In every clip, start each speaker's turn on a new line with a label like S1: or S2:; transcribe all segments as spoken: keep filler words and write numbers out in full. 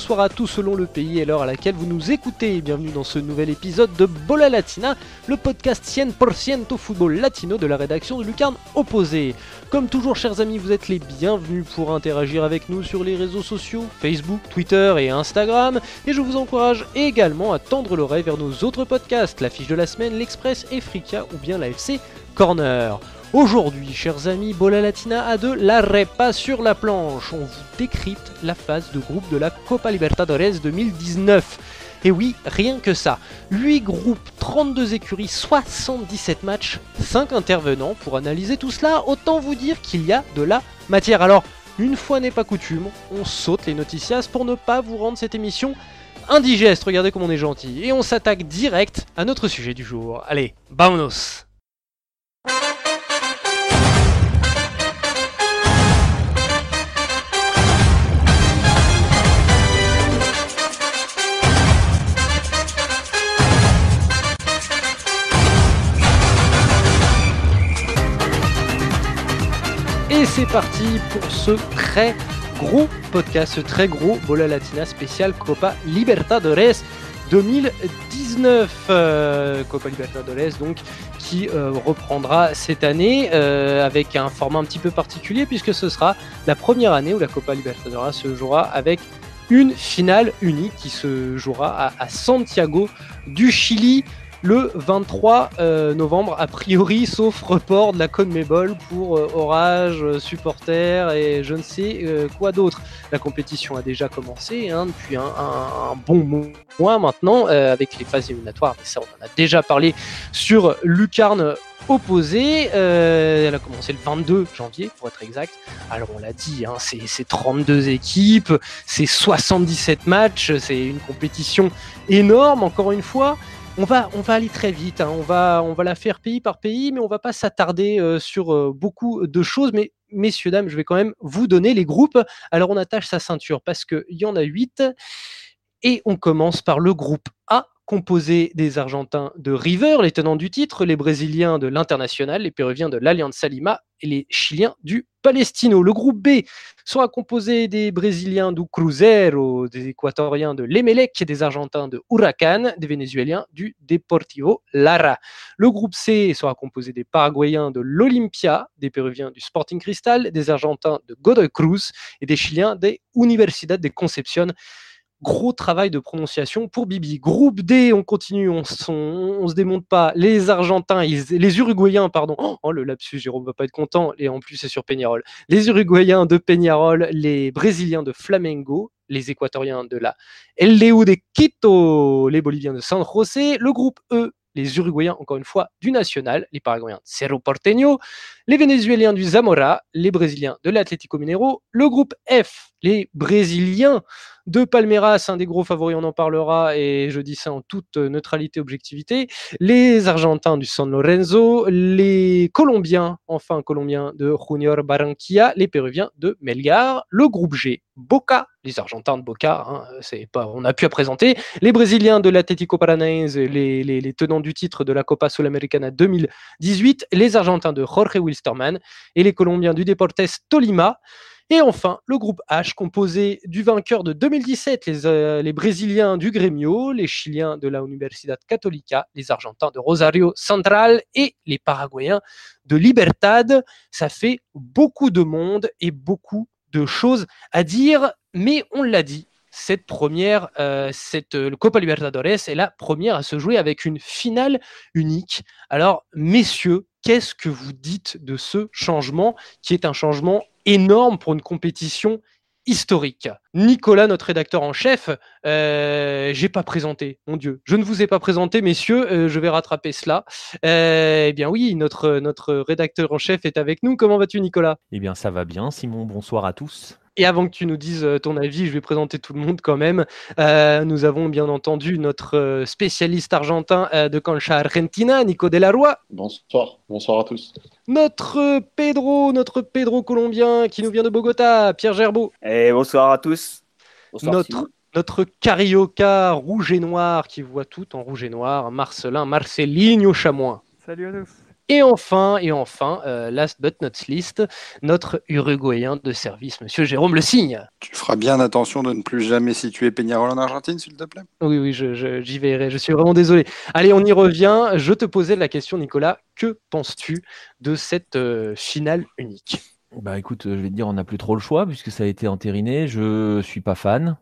S1: bonsoir à tous selon le pays et l'heure à laquelle vous nous écoutez. Bienvenue dans ce nouvel épisode de Bola Latina, le podcast cent pour cent football latino de la rédaction de Lucarne Opposée. Comme toujours, chers amis, vous êtes les bienvenus pour interagir avec nous sur les réseaux sociaux, Facebook, Twitter et Instagram. Et je vous encourage également à tendre l'oreille vers nos autres podcasts, la fiche de la semaine, l'Express et Frika ou bien la F C Corner. Aujourd'hui, chers amis, Bola Latina a de la repa sur la planche. On vous décrypte la phase de groupe de la Copa Libertadores deux mille dix-neuf. Et oui, rien que ça. huit groupes, trente-deux écuries, soixante-dix-sept matchs, cinq intervenants pour analyser tout cela. Autant vous dire qu'il y a de la matière. Alors, une fois n'est pas coutume, on saute les noticias pour ne pas vous rendre cette émission indigeste. Regardez comme on est gentil. Et on s'attaque direct à notre sujet du jour. Allez, vámonos! Et c'est parti pour ce très gros podcast, ce très gros Bola Latina spécial Copa Libertadores deux mille dix-neuf. Euh, Copa Libertadores donc qui euh, reprendra cette année euh, avec un format un petit peu particulier puisque ce sera la première année où la Copa Libertadores se jouera avec une finale unique qui se jouera à, à Santiago du Chili. Le vingt-trois euh, novembre, a priori, sauf report de la CONMEBOL pour euh, orage, euh, supporters et je ne sais euh, quoi d'autre. La compétition a déjà commencé hein, depuis un, un, un bon mois maintenant, euh, avec les phases éliminatoires, mais ça on en a déjà parlé sur Lucarne Opposée. Euh, elle a commencé le vingt-deux janvier pour être exact. Alors on l'a dit, hein, c'est, c'est trente-deux équipes, c'est soixante-dix-sept matchs, c'est une compétition énorme encore une fois. On va, on va aller très vite, hein. on, va, on va la faire pays par pays, mais on va pas s'attarder euh, sur euh, beaucoup de choses. Mais messieurs, dames, je vais quand même vous donner les groupes. Alors on attache sa ceinture parce qu'il y en a huit. Et on commence par le groupe A, composé des Argentins de River, les tenants du titre, les Brésiliens de l'International, les Péruviens de l'Alianza Lima et les Chiliens du Palestino. Le groupe B sera composé des Brésiliens du Cruzeiro, des Équatoriens de l'Emelec, des Argentins de Huracan, des Vénézuéliens du Deportivo Lara. Le groupe C sera composé des Paraguayens de l'Olimpia, des Péruviens du Sporting Cristal, des Argentins de Godoy Cruz et des Chiliens des Universidad de Concepción. Gros travail de prononciation pour Bibi. Groupe D, on continue, on, on, on se démonte pas. Les Argentins, ils, les Uruguayens, pardon. Oh, le lapsus, Jérôme va pas être content. Et en plus, c'est sur Peñarol. Les Uruguayens de Peñarol, les Brésiliens de Flamengo, les Équatoriens de la L D U de Quito, les Boliviens de San José. Le groupe E, les Uruguayens, encore une fois, du Nacional, les Paraguayens de Cerro Porteño, les Vénézuéliens du Zamora, les Brésiliens de l'Atlético Mineiro. Le groupe F, les Brésiliens de Palmeiras, un des gros favoris, on en parlera, et je dis ça en toute neutralité, objectivité. Les Argentins du San Lorenzo, les Colombiens, enfin Colombiens de Junior Barranquilla, les Péruviens de Melgar. Le groupe G, Boca, les Argentins de Boca, hein, c'est pas, on n'a plus à présenter. Les Brésiliens de l'Atlético Paranaense, les, les, les tenants du titre de la Copa Sudamericana deux mille dix-huit, les Argentins de Jorge Wilstermann et les Colombiens du Deportes Tolima. Et enfin, le groupe H, composé du vainqueur de deux mille dix-sept, les, euh, les Brésiliens du Grêmio, les Chiliens de la Universidad Católica, les Argentins de Rosario Central et les Paraguayens de Libertad. Ça fait beaucoup de monde et beaucoup de choses à dire, mais on l'a dit, cette première, euh, cette euh, Copa Libertadores est la première à se jouer avec une finale unique. Alors, messieurs, qu'est-ce que vous dites de ce changement, qui est un changement énorme pour une compétition historique? Nicolas, notre rédacteur en chef, euh, j'ai pas présenté, mon Dieu, je ne vous ai pas présenté, messieurs, euh, je vais rattraper cela. Euh, eh bien oui, notre, notre rédacteur en chef est avec nous. Comment vas-tu, Nicolas?
S2: Eh bien, ça va bien, Simon, bonsoir à tous.
S1: Et avant que tu nous dises ton avis, je vais présenter tout le monde quand même. Euh, nous avons bien entendu notre spécialiste argentin de Cancha Argentina, Nico de la Rua.
S3: Bonsoir, bonsoir à tous.
S1: Notre Pedro, notre Pedro colombien qui nous vient de Bogota, Pierre Gerbeau.
S4: Et bonsoir à tous.
S1: Bonsoir, notre, notre carioca rouge et noir qui voit tout en rouge et noir, Marcelin Marcelinho Chamois.
S5: Salut à tous.
S1: Et enfin, et enfin, euh, last but not least, notre Uruguayen de service, Monsieur Jérôme Le Signe.
S4: Tu feras bien attention de ne plus jamais situer Peñarol en Argentine, s'il te plaît.
S1: Oui, oui, je, je, j'y veillerai. Je suis vraiment désolé. Allez, on y revient. Je te posais la question, Nicolas. Que penses-tu de cette euh, finale unique ?
S2: Bah écoute, je vais te dire, on n'a plus trop le choix puisque ça a été entériné. Je suis pas fan.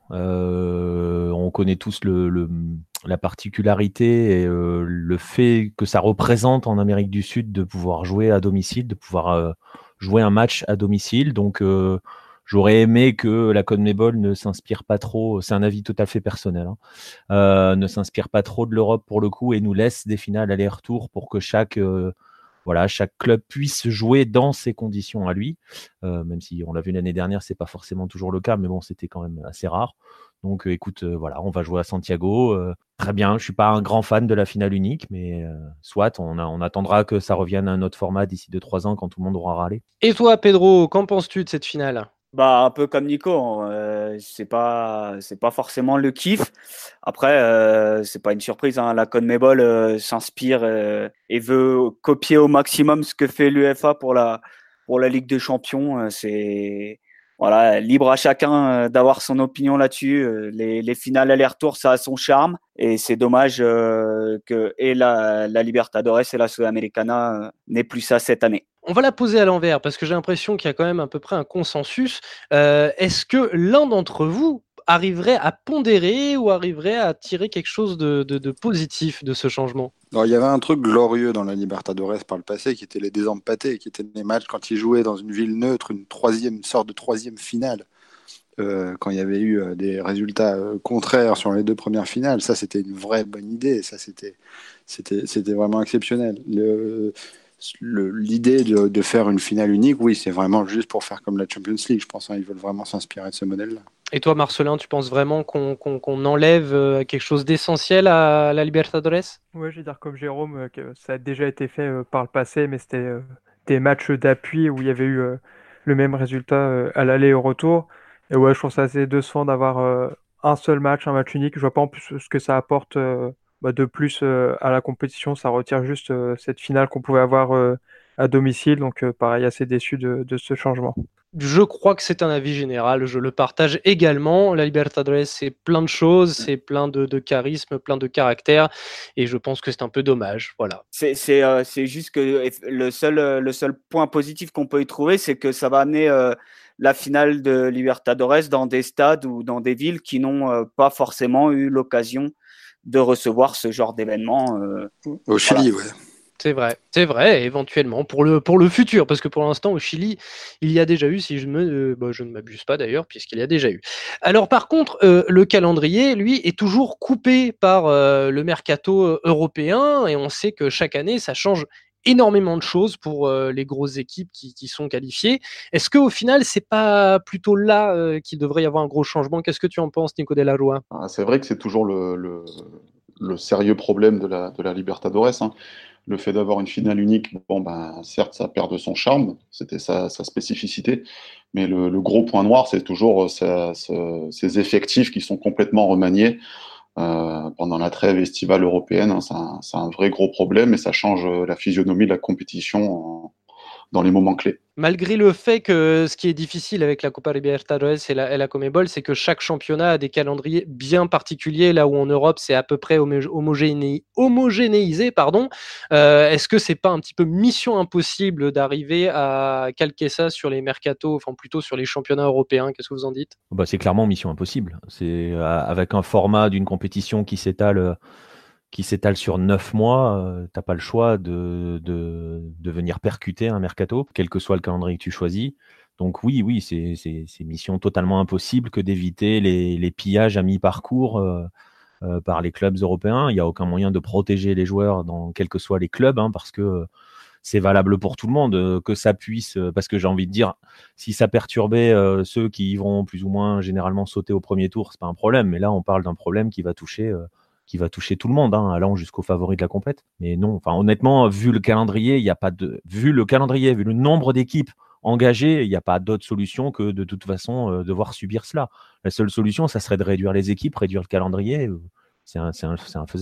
S2: Euh, on connaît tous le, le, la particularité et euh, le fait que ça représente en Amérique du Sud de pouvoir jouer à domicile, de pouvoir euh, jouer un match à domicile. Donc euh, j'aurais aimé que la CONMEBOL ne s'inspire pas trop. C'est un avis tout à fait personnel. Hein, euh, ne s'inspire pas trop de l'Europe pour le coup et nous laisse des finales aller-retour pour que chaque euh, Voilà, chaque club puisse jouer dans ses conditions à lui, euh, même si on l'a vu l'année dernière, c'est pas forcément toujours le cas, mais bon, c'était quand même assez rare. Donc, euh, écoute, euh, voilà, on va jouer à Santiago. Euh, très bien, je suis pas un grand fan de la finale unique, mais euh, soit, on, a, on attendra que ça revienne à un autre format d'ici deux trois ans quand tout le monde aura râlé.
S1: Et toi, Pedro, qu'en penses-tu de cette finale ?
S5: Bah, un peu comme Nico, euh, c'est pas, c'est pas forcément le kiff. Après, euh, c'est pas une surprise, hein, la CONMEBOL euh, s'inspire euh, et veut copier au maximum ce que fait l'UEFA pour la, pour la Ligue des Champions. Euh, c'est, voilà, libre à chacun euh, d'avoir son opinion là-dessus. Euh, les, les finales aller-retour, ça a son charme et c'est dommage euh, que et la, la Libertadores et la Sudamericana euh, n'aient plus ça cette année.
S1: On va la poser à l'envers parce que j'ai l'impression qu'il y a quand même à peu près un consensus. Euh, est-ce que l'un d'entre vous arriverait à pondérer ou arriverait à tirer quelque chose de, de, de positif de ce changement ?
S4: Alors, il y avait un truc glorieux dans la Libertadores par le passé, qui était les désempatés, qui étaient des matchs quand ils jouaient dans une ville neutre, une troisième une sorte de troisième finale, euh, quand il y avait eu euh, des résultats euh, contraires sur les deux premières finales. Ça, c'était une vraie bonne idée. Ça, c'était, c'était, c'était vraiment exceptionnel. Le, le, l'idée de, de faire une finale unique, oui, c'est vraiment juste pour faire comme la Champions League. Je pense, hein, ils veulent vraiment s'inspirer de ce modèle-là.
S1: Et toi, Marcelin, tu penses vraiment qu'on, qu'on, qu'on enlève euh, quelque chose d'essentiel à la Libertadores ?
S6: Ouais, je vais dire comme Jérôme euh, que ça a déjà été fait euh, par le passé, mais c'était euh, des matchs d'appui où il y avait eu euh, le même résultat euh, à l'aller et au retour. Et ouais, je trouve ça assez décevant d'avoir euh, un seul match, un match unique. Je vois pas en plus ce que ça apporte euh, bah, de plus euh, à la compétition. Ça retire juste euh, cette finale qu'on pouvait avoir euh, à domicile. Donc euh, pareil, assez déçu de, de ce changement.
S1: Je crois que c'est un avis général, je le partage également. La Libertadores, c'est plein de choses, c'est plein de, de charisme, plein de caractère, et je pense que c'est un peu dommage. Voilà.
S5: C'est, c'est, euh, c'est juste que le seul, le seul point positif qu'on peut y trouver, c'est que ça va amener euh, la finale de Libertadores dans des stades ou dans des villes qui n'ont euh, pas forcément eu l'occasion de recevoir ce genre d'événement. Euh,
S4: Au Chili,
S5: voilà.
S4: ouais.
S1: C'est vrai, c'est vrai, éventuellement, pour le, pour le futur, parce que pour l'instant, au Chili, il y a déjà eu, si je, me, euh, bah, je ne m'abuse pas d'ailleurs, puisqu'il y a déjà eu. Alors par contre, euh, le calendrier, lui, est toujours coupé par euh, le mercato européen, et on sait que chaque année, ça change énormément de choses pour euh, les grosses équipes qui, qui sont qualifiées. Est-ce qu'au final, c'est pas plutôt là euh, qu'il devrait y avoir un gros changement ? Qu'est-ce que tu en penses, Nico Della Rua ?
S3: Ah, c'est vrai que c'est toujours le, le, le sérieux problème de la, de la Libertadores. Hein. Le fait d'avoir une finale unique, bon, ben, certes, ça perd de son charme, c'était sa, sa spécificité, mais le, le gros point noir, c'est toujours sa, sa, ces effectifs qui sont complètement remaniés euh, pendant la trêve estivale européenne. Hein. C'est un, c'est un vrai gros problème et ça change la physionomie de la compétition en, dans les moments clés.
S1: Malgré le fait que ce qui est difficile avec la Copa Libertadores et la, et la CONMEBOL, c'est que chaque championnat a des calendriers bien particuliers, là où en Europe, c'est à peu près homogé- homogéné- homogénéisé. Pardon. Euh, est-ce que c'est pas un petit peu mission impossible d'arriver à calquer ça sur les mercatos, enfin plutôt sur les championnats européens ? Qu'est-ce que vous en dites ?
S2: Bah, c'est clairement mission impossible. C'est euh, avec un format d'une compétition qui s'étale, euh, qui s'étale sur neuf mois, euh, t'as pas le choix de, de, de venir percuter un mercato, quel que soit le calendrier que tu choisis. Donc oui, oui, c'est, c'est, c'est mission totalement impossible que d'éviter les, les pillages à mi-parcours euh, euh, par les clubs européens. Il n'y a aucun moyen de protéger les joueurs dans quels que soient les clubs, hein, parce que euh, c'est valable pour tout le monde, euh, que ça puisse, euh, parce que j'ai envie de dire, si ça perturbait euh, ceux qui vont plus ou moins généralement sauter au premier tour, c'est pas un problème, mais là on parle d'un problème qui va toucher, euh, qui va toucher tout le monde, hein, allant jusqu'aux favoris de la compète. Mais non, enfin honnêtement, vu le calendrier, il y a pas de, vu le calendrier, vu le nombre d'équipes engagées, il n'y a pas d'autre solution que de toute façon euh, devoir subir cela. La seule solution, ça serait de réduire les équipes, réduire le calendrier, euh, c'est, un, c'est, un, c'est infaisable.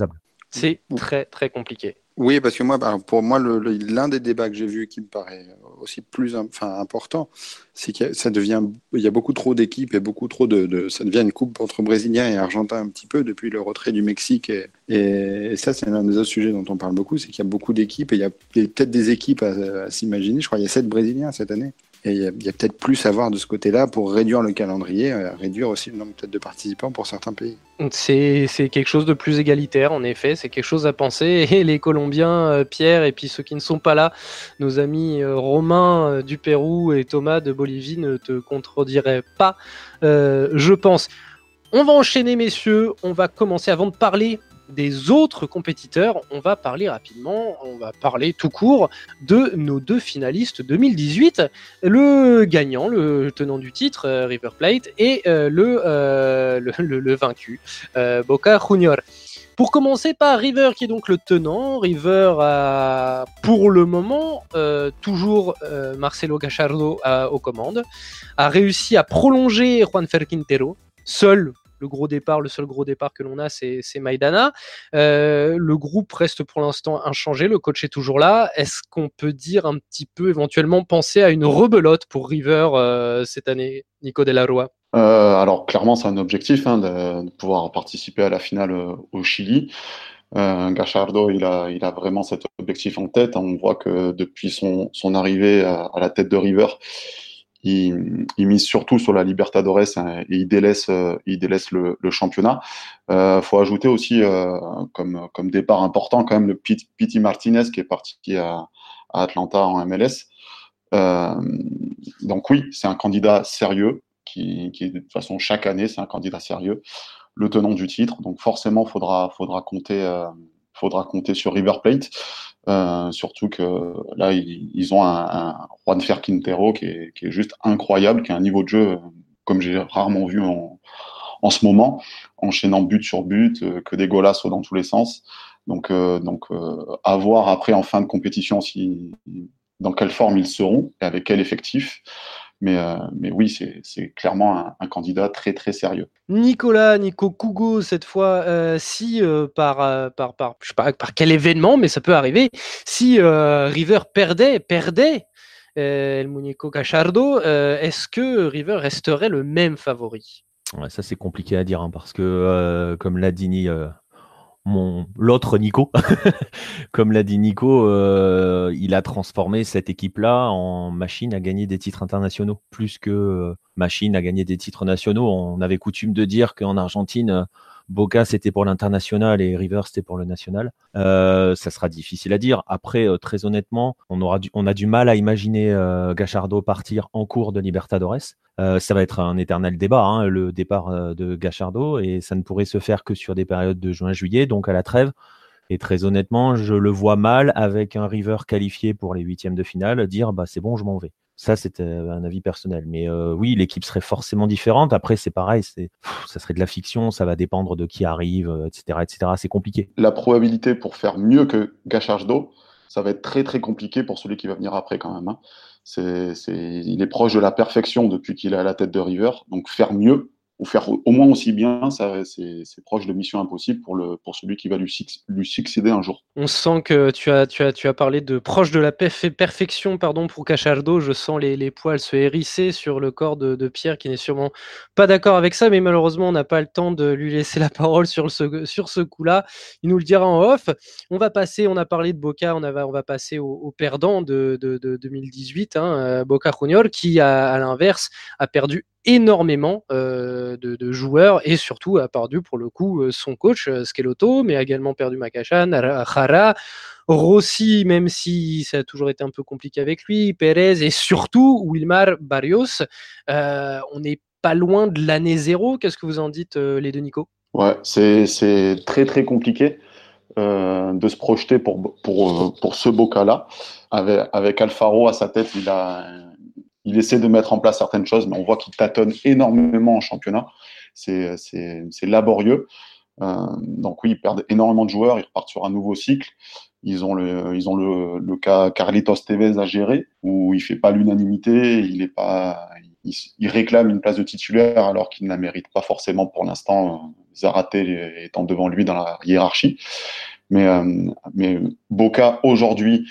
S1: C'est très très compliqué.
S4: Oui, parce que moi, alors pour moi, le, le- l'un des débats que j'ai vu qui me paraît aussi plus im- enfin, important, c'est que ça devient, il y a beaucoup trop d'équipes et beaucoup trop de, de- ça devient une coupe entre Brésiliens et Argentins un petit peu depuis le retrait du Mexique. Et, et, et ça, c'est l'un des autres sujets dont on parle beaucoup, c'est qu'il y a beaucoup d'équipes et il y a des- peut-être des équipes à, à s'imaginer. Je crois qu'il y a sept Brésiliens cette année. Et il y a, il y a peut-être plus à voir de ce côté-là pour réduire le calendrier, euh, réduire aussi le nombre peut-être de participants pour certains pays.
S1: C'est, c'est quelque chose de plus égalitaire, en effet, c'est quelque chose à penser. Et les Colombiens, euh, Pierre, et puis ceux qui ne sont pas là, nos amis euh, Romain euh, du Pérou et Thomas de Bolivie ne te contrediraient pas, euh, je pense. On va enchaîner, messieurs, on va commencer avant de parler des autres compétiteurs, on va parler rapidement, on va parler tout court de nos deux finalistes deux mille dix-huit, le gagnant, le tenant du titre, euh, River Plate, et euh, le, euh, le, le, le vaincu, euh, Boca Juniors. Pour commencer par River, qui est donc le tenant. River a, pour le moment, euh, toujours euh, Marcelo Gallardo à, aux commandes, a réussi à prolonger Juanfer Quintero, seul. Le gros départ, le seul gros départ que l'on a, c'est, c'est Maidana. Euh, le groupe reste pour l'instant inchangé, le coach est toujours là. Est-ce qu'on peut dire un petit peu, éventuellement, penser à une rebelote pour River euh, cette année, Nico de la Rua?
S3: Euh, alors clairement, c'est un objectif hein, de, de pouvoir participer à la finale euh, au Chili. Euh, Gallardo, il a, il a vraiment cet objectif en tête. On voit que depuis son, son arrivée à, à la tête de River, il, il mise surtout sur la Libertadores hein, et il délaisse, euh, il délaisse le, le championnat. Euh, faut ajouter aussi euh, comme, comme départ important quand même le Pit- Pity Martinez qui est parti à, à Atlanta en M L S. Euh, donc oui, c'est un candidat sérieux qui, qui, de toute façon, chaque année, c'est un candidat sérieux, le tenant du titre. Donc forcément, faudra, faudra compter, euh, faudra compter sur River Plate. Euh, surtout que là, ils, ils ont un, un Juanfer Quintero qui est, qui est juste incroyable, qui a un niveau de jeu euh, comme j'ai rarement vu en, en ce moment, enchaînant but sur but, euh, que des golasses dans tous les sens. Donc, euh, donc euh, à voir après en fin de compétition si, dans quelle forme ils seront et avec quel effectif. Mais, euh, mais oui, c'est, c'est clairement un, un candidat très très sérieux.
S1: Nicolas, Nico Kugo, cette fois, euh, si euh, par, euh, par, par, je sais pas par quel événement, mais ça peut arriver, si euh, River perdait, perdait euh, El Muñeco Gallardo, euh, est-ce que River resterait le même favori?
S2: Ouais, ça, c'est compliqué à dire hein, parce que, euh, comme l'a dit euh, mon, l'autre Nico, comme l'a dit Nico, euh, il a transformé cette équipe-là en machine à gagner des titres internationaux, plus que euh, machine à gagner des titres nationaux. On avait coutume de dire qu'en Argentine, euh, Boca c'était pour l'international et River c'était pour le national. Euh, ça sera difficile à dire. Après, euh, très honnêtement, on, aura du, on a du mal à imaginer euh, Gallardo partir en cours de Libertadores. Euh, ça va être un éternel débat, hein, le départ euh, de Gallardo, et ça ne pourrait se faire que sur des périodes de juin-juillet, donc à la trêve. Et très honnêtement, je le vois mal avec un River qualifié pour les huitièmes de finale dire bah c'est bon, je m'en vais. Ça, c'est un avis personnel. Mais euh, oui, l'équipe serait forcément différente. Après, c'est pareil, c'est, pff, ça serait de la fiction, ça va dépendre de qui arrive, euh, et cetera, et cetera. C'est compliqué.
S3: La probabilité pour faire mieux que Gallardo, ça va être très très compliqué pour celui qui va venir après quand même. Hein. C'est, c'est, il est proche de la perfection depuis qu'il est à la tête de River. Donc faire mieux, ou faire au moins aussi bien, ça, c'est, c'est proche de mission impossible pour, le, pour celui qui va lui, lui succéder un jour.
S1: On sent que tu as, tu as, tu as parlé de proche de la perf- perfection pardon, pour Gallardo. Je sens les, les poils se hérisser sur le corps de, de Pierre, qui n'est sûrement pas d'accord avec ça, mais malheureusement, on n'a pas le temps de lui laisser la parole sur ce, sur ce coup-là. Il nous le dira en off. On va passer, on a parlé de Boca, on, a, on va passer au, au perdant de, de, de deux mille dix-huit, hein, Boca Juniors, qui, à, à l'inverse, a perdu énormément euh, de, de joueurs et surtout a perdu pour le coup son coach euh, Schelotto, mais a également perdu Macachan, Jara, Rossi, même si ça a toujours été un peu compliqué avec lui, Pérez et surtout Wilmar Barrios. Euh, on n'est pas loin de l'année zéro. Qu'est-ce que vous en dites, euh, les deux Nico?
S3: Ouais, c'est, c'est très très compliqué euh, de se projeter pour, pour, pour ce Boca-là. Avec, avec Alfaro à sa tête, il a... Il essaie de mettre en place certaines choses, mais on voit qu'il tâtonne énormément en championnat. C'est, c'est, c'est laborieux. Euh, donc oui, ils perdent énormément de joueurs, ils repartent sur un nouveau cycle. Ils ont le, ils ont le, le cas Carlitos Tevez à gérer, où il fait pas l'unanimité, il est pas, il, il réclame une place de titulaire alors qu'il ne la mérite pas forcément pour l'instant, Zárate étant devant lui dans la hiérarchie. Mais, euh, mais Boca, aujourd'hui,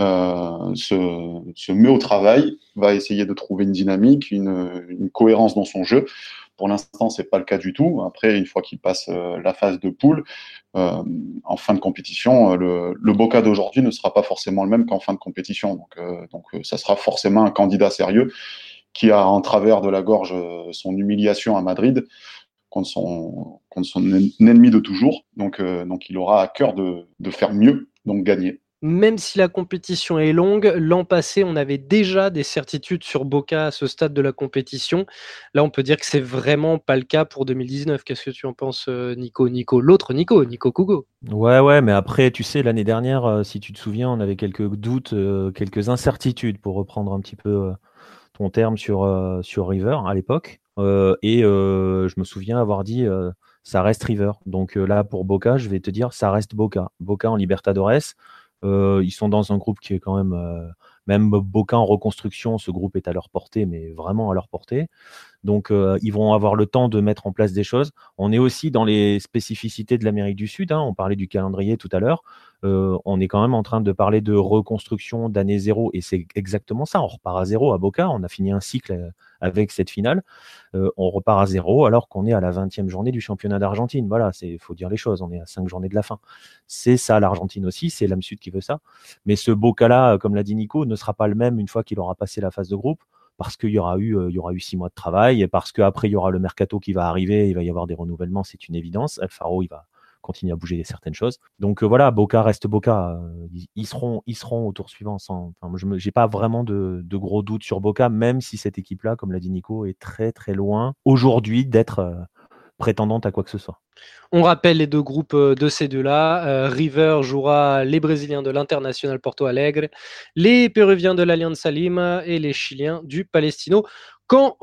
S3: euh, se, se met au travail, va essayer de trouver une dynamique, une, une cohérence dans son jeu. Pour l'instant, c'est pas le cas du tout. Après, une fois qu'il passe euh, la phase de poule, euh, en fin de compétition, euh, le, le Boca d'aujourd'hui ne sera pas forcément le même qu'en fin de compétition. Donc, euh, donc euh, ça sera forcément un candidat sérieux qui a en travers de la gorge euh, son humiliation à Madrid contre son, contre son ennemi de toujours. Donc, euh, donc il aura à cœur de, de faire mieux, donc gagner.
S1: Même si la compétition est longue, l'an passé, on avait déjà des certitudes sur Boca à ce stade de la compétition. Là, on peut dire que c'est vraiment pas le cas pour deux mille dix-neuf. Qu'est-ce que tu en penses, Nico Nico, l'autre Nico, Nico Kugo.
S2: Ouais, ouais, mais après, tu sais, l'année dernière, euh, si tu te souviens, on avait quelques doutes, euh, quelques incertitudes, pour reprendre un petit peu euh, ton terme sur, euh, sur River à l'époque. Euh, et euh, je me souviens avoir dit, euh, ça reste River. Donc euh, là, pour Boca, je vais te dire, ça reste Boca. Boca en Libertadores. Euh, ils sont dans un groupe qui est quand même, euh, même Boca en reconstruction, ce groupe est à leur portée, mais vraiment à leur portée. Donc, euh, ils vont avoir le temps de mettre en place des choses. On est aussi dans les spécificités de l'Amérique du Sud. Hein. On parlait du calendrier tout à l'heure. Euh, on est quand même en train de parler de reconstruction d'année zéro. Et c'est exactement ça. On repart à zéro à Boca. On a fini un cycle avec cette finale. Euh, on repart à zéro alors qu'on est à la vingtième journée du championnat d'Argentine. Voilà, il faut dire les choses. On est à cinq journées de la fin. C'est ça l'Argentine aussi. C'est l'A M Sud qui veut ça. Mais ce Boca-là, comme l'a dit Nico, ne sera pas le même une fois qu'il aura passé la phase de groupe. Parce qu'il y aura eu, euh, il y aura eu six mois de travail, et parce qu'après il y aura le mercato qui va arriver, il va y avoir des renouvellements, c'est une évidence. Alfaro, il va continuer à bouger certaines choses. Donc euh, voilà, Boca reste Boca. Ils, ils seront, ils seront au tour suivant. Sans, enfin, je n'ai pas vraiment de, de gros doutes sur Boca, même si cette équipe-là, comme l'a dit Nico, est très très loin aujourd'hui d'être euh, prétendante à quoi que ce soit.
S1: On rappelle les deux groupes de ces deux-là. Euh, River jouera les Brésiliens de l'International Porto Alegre, les Péruviens de l'Alianza Lima et les Chiliens du Palestino. Quand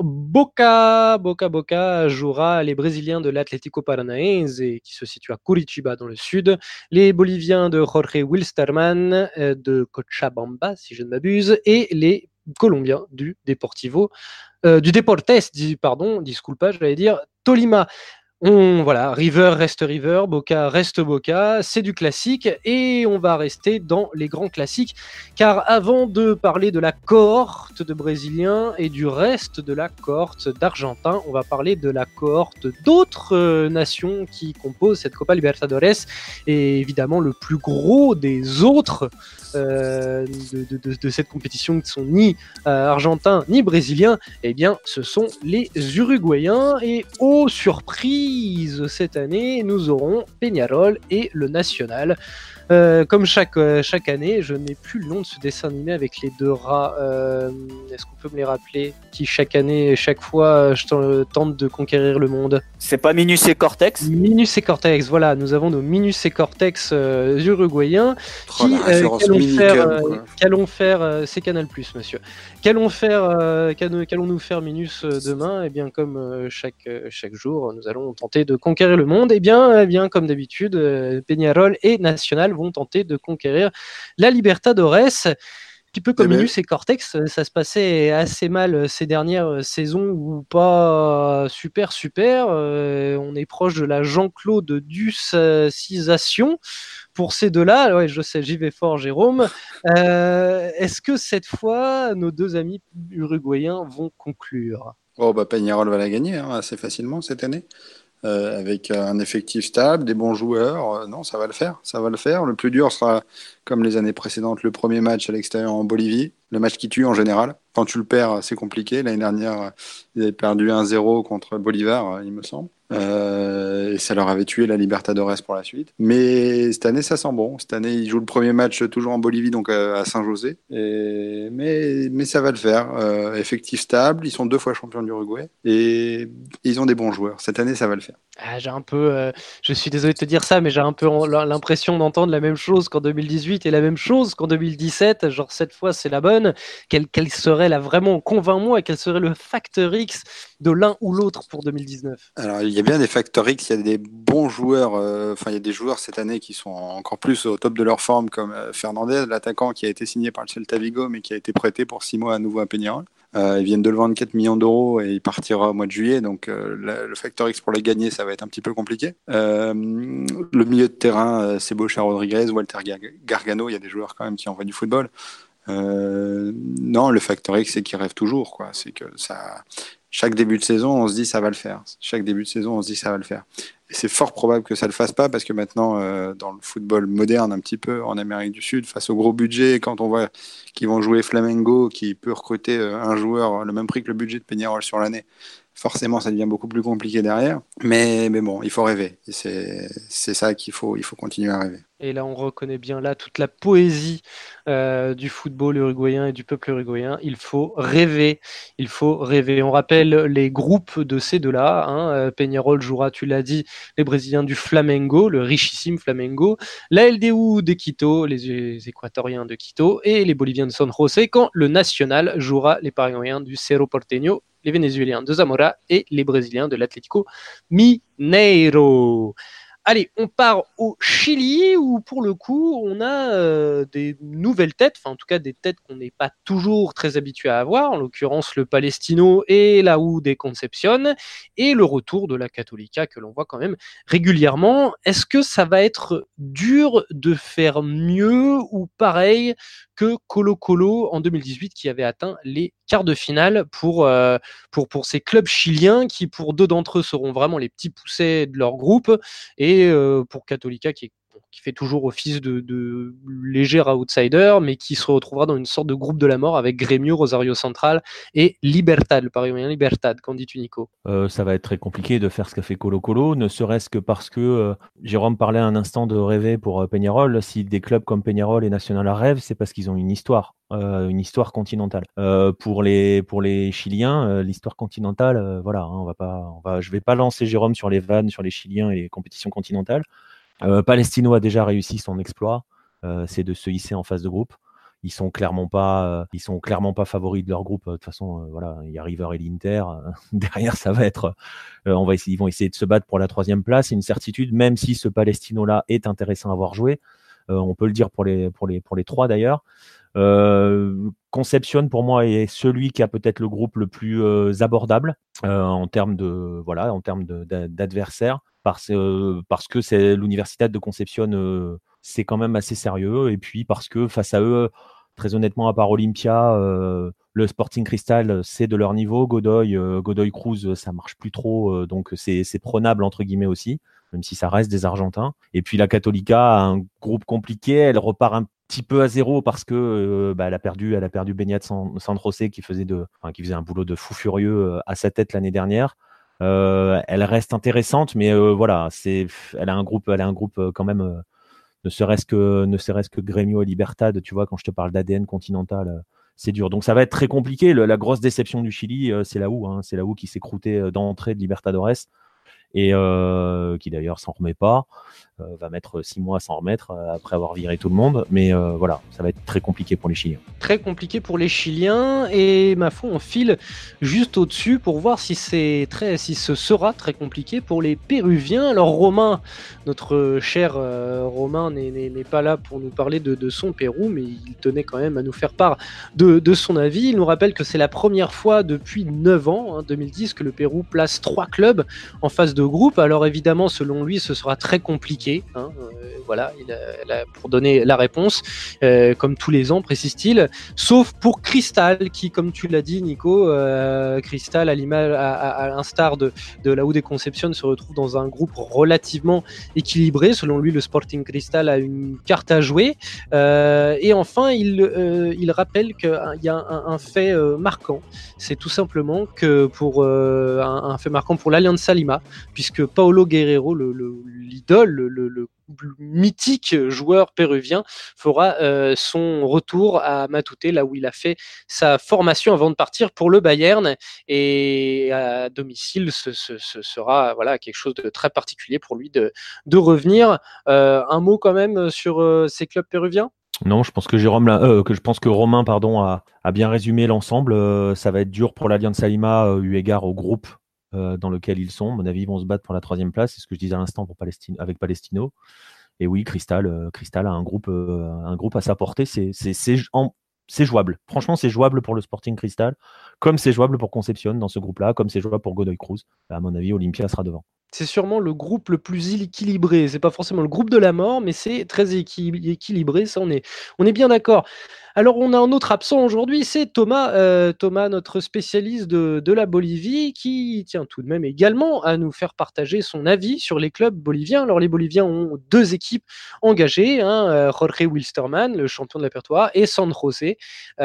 S1: Boca, Boca Boca jouera les Brésiliens de l'Atlético Paranaense, qui se situe à Curitiba dans le sud, les Boliviens de Jorge Wilstermann euh, de Cochabamba, si je ne m'abuse, et les Colombiens du Deportivo, euh, du Deportes, pardon, disculpa, j'allais dire Tolima. On, voilà, River reste River, Boca reste Boca, c'est du classique et on va rester dans les grands classiques car avant de parler de la cohorte de Brésiliens et du reste de la cohorte d'Argentins, on va parler de la cohorte d'autres euh, nations qui composent cette Copa Libertadores et évidemment le plus gros des autres euh, de, de, de cette compétition qui sont ni euh, argentins ni brésiliens, eh bien ce sont les Uruguayens et aux surprises cette année, nous aurons Peñarol et le Nacional. Euh, comme chaque, euh, chaque année, je n'ai plus le nom de ce dessin animé avec les deux rats. Euh, est-ce qu'on peut me les rappeler? Qui chaque année, chaque fois, je tente de conquérir le monde.
S5: C'est pas Minus et Cortex?
S1: Minus et Cortex, voilà. Nous avons nos Minus et Cortex euh, uruguayens qui, euh, qu'allons faire, euh, qu'allons faire euh, c'est Canal plus, monsieur. Qu'allons faire, euh, qu'allons-nous faire Minus euh, demain? Eh bien, comme euh, chaque, euh, chaque jour, nous allons tenter de conquérir le monde. Eh bien, eh bien comme d'habitude, euh, Peñarol et Nacional vont tenter de conquérir la Libertadores. Un petit peu comme Minus et Cortex, ça se passait assez mal ces dernières saisons ou pas super super. Euh, on est proche de la Jean-Claude Ducisation pour ces deux-là. Ouais, je sais, j'y vais fort, Jérôme. Euh, est-ce que cette fois, nos deux amis uruguayens vont conclure?
S4: Oh, bah, Peñarol va la gagner hein, assez facilement cette année. Euh, avec un effectif stable, des bons joueurs, euh, non, ça va le faire, ça va le faire. Le plus dur sera, comme les années précédentes, le premier match à l'extérieur en Bolivie, le match qui tue en général. Quand tu le perds, c'est compliqué. L'année dernière, ils avaient perdu un zéro contre Bolivar, il me semble. Euh, et ça leur avait tué la Libertadores pour la suite. Mais cette année, ça sent bon. Cette année, ils jouent le premier match toujours en Bolivie, donc à Saint-José. Et... Mais, mais ça va le faire. Euh, effectif stable, ils sont deux fois champions d'Uruguay et... et ils ont des bons joueurs. Cette année, ça va le faire.
S1: Ah, j'ai un peu, euh, je suis désolé de te dire ça, mais j'ai un peu l'impression d'entendre la même chose qu'en deux mille dix-huit et la même chose qu'en deux mille dix-sept. Genre cette fois, c'est la bonne. Quelle, quelle serait la vraiment, convainc-moi, quel serait le facteur X de l'un ou l'autre pour deux mille dix-neuf?
S4: Alors, il y a bien des facteurs X, il y a des bons joueurs, enfin, euh, il y a des joueurs cette année qui sont encore plus au top de leur forme, comme euh, Fernandez, l'attaquant qui a été signé par le Celta Vigo, mais qui a été prêté pour six mois à nouveau à Peñarol. Euh, ils viennent de le vendre quatre millions d'euros et il partira au mois de juillet. Donc euh, le, le Factor X pour les gagner, ça va être un petit peu compliqué. Euh, le milieu de terrain, euh, c'est Bocha Rodriguez, Walter Gargano. Il y a des joueurs quand même qui envoient du football. Euh, non, le Factor X, c'est qu'il rêve toujours, quoi. C'est que ça, chaque début de saison, on se dit ça va le faire. Chaque début de saison, on se dit ça va le faire. Et c'est fort probable que ça le fasse pas parce que maintenant, euh, dans le football moderne, un petit peu en Amérique du Sud, face au gros budget, quand on voit qu'ils vont jouer Flamengo, qui peut recruter euh, un joueur le même prix que le budget de Peñarol sur l'année, forcément, ça devient beaucoup plus compliqué derrière. Mais, mais bon, il faut rêver. Et c'est, c'est ça qu'il faut, il faut continuer à rêver.
S1: Et là, on reconnaît bien là toute la poésie euh, du football uruguayen et du peuple uruguayen. Il faut rêver, il faut rêver. On rappelle les groupes de ces deux-là. Hein. Peñarol jouera, tu l'as dit, les Brésiliens du Flamengo, le richissime Flamengo, la L D U de Quito, les Équatoriens de Quito, et les Boliviens de San José, quand le National jouera les Paraguayens du Cerro Porteño, les Vénézuéliens de Zamora et les Brésiliens de l'Atlético Mineiro. Allez, on part au Chili où pour le coup on a euh, des nouvelles têtes, enfin en tout cas des têtes qu'on n'est pas toujours très habitué à avoir, en l'occurrence le Palestino et la U de Concepción, et le retour de la Católica que l'on voit quand même régulièrement. Est-ce que ça va être dur de faire mieux ou pareil que Colo-Colo en deux mille dix-huit qui avait atteint les quarts de finale pour, euh, pour, pour ces clubs chiliens qui pour deux d'entre eux seront vraiment les petits poussets de leur groupe, et euh, pour Católica qui, est, qui fait toujours office de, de léger outsider mais qui se retrouvera dans une sorte de groupe de la mort avec Grêmio, Rosario Central et Libertad, le Paraguayen Libertad. Qu'en dis-tu, Nico?
S2: euh, Ça va être très compliqué de faire ce qu'a fait Colo-Colo, ne serait-ce que parce que euh, Jérôme parlait un instant de rêver pour euh, Peñarol. Si des clubs comme Peñarol et Nacional rêvent, c'est parce qu'ils ont une histoire. Euh, une histoire continentale. Euh, pour les pour les Chiliens, euh, l'histoire continentale, euh, voilà, hein, on va pas, on va, je vais pas lancer Jérôme sur les vannes sur les Chiliens et les compétitions continentales. Euh, Palestino a déjà réussi son exploit, euh, c'est de se hisser en phase de groupe. Ils sont clairement pas, euh, ils sont clairement pas favoris de leur groupe. De toute façon, euh, voilà, il y a River et l'Inter. Euh, derrière, ça va être, euh, on va essayer, ils vont essayer de se battre pour la troisième place. C'est une certitude, même si ce Palestino-là est intéressant à voir jouer. Euh, on peut le dire pour les pour les pour les trois d'ailleurs. Euh, Concepción pour moi est celui qui a peut-être le groupe le plus euh, abordable euh, en termes de voilà en termes de, d'adversaires parce euh, parce que c'est l'Universidad de Concepción, euh, c'est quand même assez sérieux, et puis parce que face à eux, très honnêtement, à part Olympia, euh, le Sporting Cristal, c'est de leur niveau. Godoy, euh, Godoy Cruz, ça marche plus trop, euh, donc c'est c'est prenable entre guillemets aussi, même si ça reste des Argentins. Et puis la Católica a un groupe compliqué, elle repart un petit peu à zéro parce que euh, bah, elle a perdu, elle a perdu Beñat San, San José qui faisait de, enfin, qui faisait un boulot de fou furieux euh, à sa tête l'année dernière. Euh, elle reste intéressante, mais euh, voilà, c'est, elle a un groupe, elle a un groupe euh, quand même, euh, ne serait-ce que, ne serait-ce que Grêmio et Libertad. Tu vois, quand je te parle d'A D N continental, euh, c'est dur. Donc ça va être très compliqué. Le, la grosse déception du Chili, euh, c'est la U, hein, c'est la U qui s'est croûtée euh, d'entrée de Libertadores. Et euh, qui d'ailleurs s'en remet pas, euh, va mettre six mois à s'en remettre euh, après avoir viré tout le monde, mais euh, voilà, ça va être très compliqué pour les Chiliens.
S1: Très compliqué pour les Chiliens, et ma foi on file juste au-dessus pour voir si c'est très, si ce sera très compliqué pour les Péruviens. Alors Romain, notre cher euh, Romain n'est, n'est, n'est pas là pour nous parler de, de son Pérou, mais il tenait quand même à nous faire part de, de son avis. Il nous rappelle que c'est la première fois depuis neuf ans, hein, deux mille dix, que le Pérou place trois clubs en phase de groupe. Alors évidemment, selon lui, ce sera très compliqué. Hein. Euh, voilà, il a, il a, pour donner la réponse, euh, comme tous les ans, précise-t-il, sauf pour Cristal, qui, comme tu l'as dit, Nico, euh, Cristal, à l'image, à, à, à l'instar de, de la U de Concepción, se retrouve dans un groupe relativement équilibré. Selon lui, le Sporting Cristal a une carte à jouer. Euh, et enfin, il, euh, il rappelle qu'il y a un, un fait euh, marquant. C'est tout simplement que pour euh, un, un fait marquant pour l'Alianza Lima, puisque Paulo Guerrero, le, le, l'idole, le, le, le mythique joueur péruvien, fera euh, son retour à Matute, là où il a fait sa formation avant de partir pour le Bayern, et à domicile ce, ce, ce sera voilà, quelque chose de très particulier pour lui de, de revenir. Euh, un mot quand même sur euh, ces clubs péruviens?
S2: Non, je pense que Jérôme, euh, que je pense que Romain, pardon, a, a bien résumé l'ensemble. Euh, ça va être dur pour l'Alianza Lima, euh, eu égard au groupe euh, dans lequel ils sont. À mon avis, ils vont se battre pour la troisième place. C'est ce que je disais à l'instant pour Palestine, avec Palestino. Et oui, Cristal, euh, Cristal a un groupe, euh, un groupe à sa portée. C'est, c'est, c'est en, c'est jouable. Franchement, c'est jouable pour le Sporting Cristal, comme c'est jouable pour Concepción dans ce groupe-là, comme c'est jouable pour Godoy Cruz. À mon avis, Olimpia sera devant.
S1: C'est sûrement le groupe le plus équilibré. C'est pas forcément le groupe de la mort, mais c'est très équi- équilibré. Ça, on est, on est bien d'accord. Alors, on a un autre absent aujourd'hui, c'est Thomas, euh, Thomas, notre spécialiste de, de la Bolivie, qui tient tout de même également à nous faire partager son avis sur les clubs boliviens. Alors, les Boliviens ont deux équipes engagées, hein, euh, Jorge Wilstermann, le champion de l'Apertura, et San José.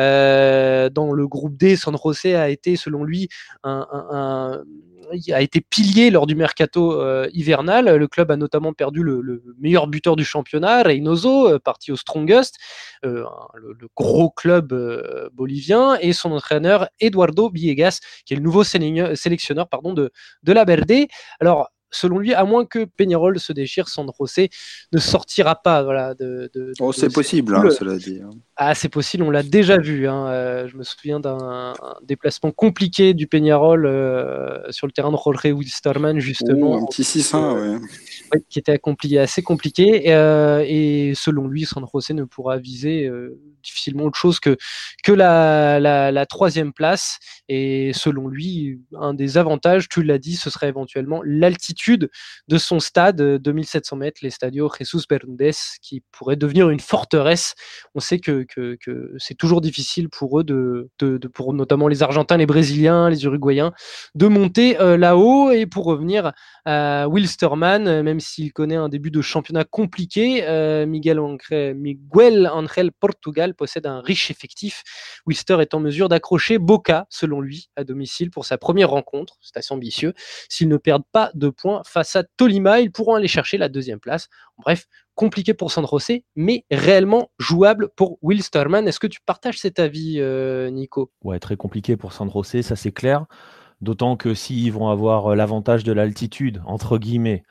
S1: Euh, dans le groupe D, San José a été, selon lui, un, un, un a été pilier lors du mercato euh, hivernal. Le club a notamment perdu le, le meilleur buteur du championnat, Reynoso, euh, parti au Strongest, euh, le, le gros club euh, bolivien, et son entraîneur Eduardo Villegas, qui est le nouveau sélectionneur pardon, de, de la Verde. Alors, selon lui, à moins que Peñarol se déchire, San José ne sortira pas. Voilà, de, de, de,
S4: oh, c'est
S1: de
S4: possible, hein, cela dit.
S1: Ah, c'est possible, on l'a déjà vu. Hein. Euh, je me souviens d'un déplacement compliqué du Peñarol euh, sur le terrain de Jorge Wilstermann, justement.
S4: Oh, un petit six un,
S1: euh,
S4: ouais.
S1: ouais, qui était accompli, assez compliqué. Et, euh, et selon lui, San José ne pourra viser euh, difficilement autre chose que, que la, la, la troisième place. Et selon lui, un des avantages, tu l'as dit, ce serait éventuellement l'altitude de son stade, deux mille sept cents mètres, l'Estadio Jesus Bermúdez, qui pourrait devenir une forteresse. On sait que, que, que c'est toujours difficile pour eux, de, de, de, pour notamment les Argentins, les Brésiliens, les Uruguayens, de monter euh, là-haut. Et pour revenir à Wilstermann, même s'il connaît un début de championnat compliqué, euh, Miguel, Angel, Miguel Angel Portugal possède un riche effectif. Wilster est en mesure d'accrocher Boca, selon lui, à domicile pour sa première rencontre. C'est assez ambitieux. S'ils ne perdent pas de points face à Tolima, ils pourront aller chercher la deuxième place. Bref, compliqué pour San José, mais réellement jouable pour Wilstermann. Est-ce que tu partages cet avis, euh, Nico ?
S2: Ouais, très compliqué pour San José, ça c'est clair. D'autant que s'ils vont avoir l'avantage de l'altitude, entre guillemets,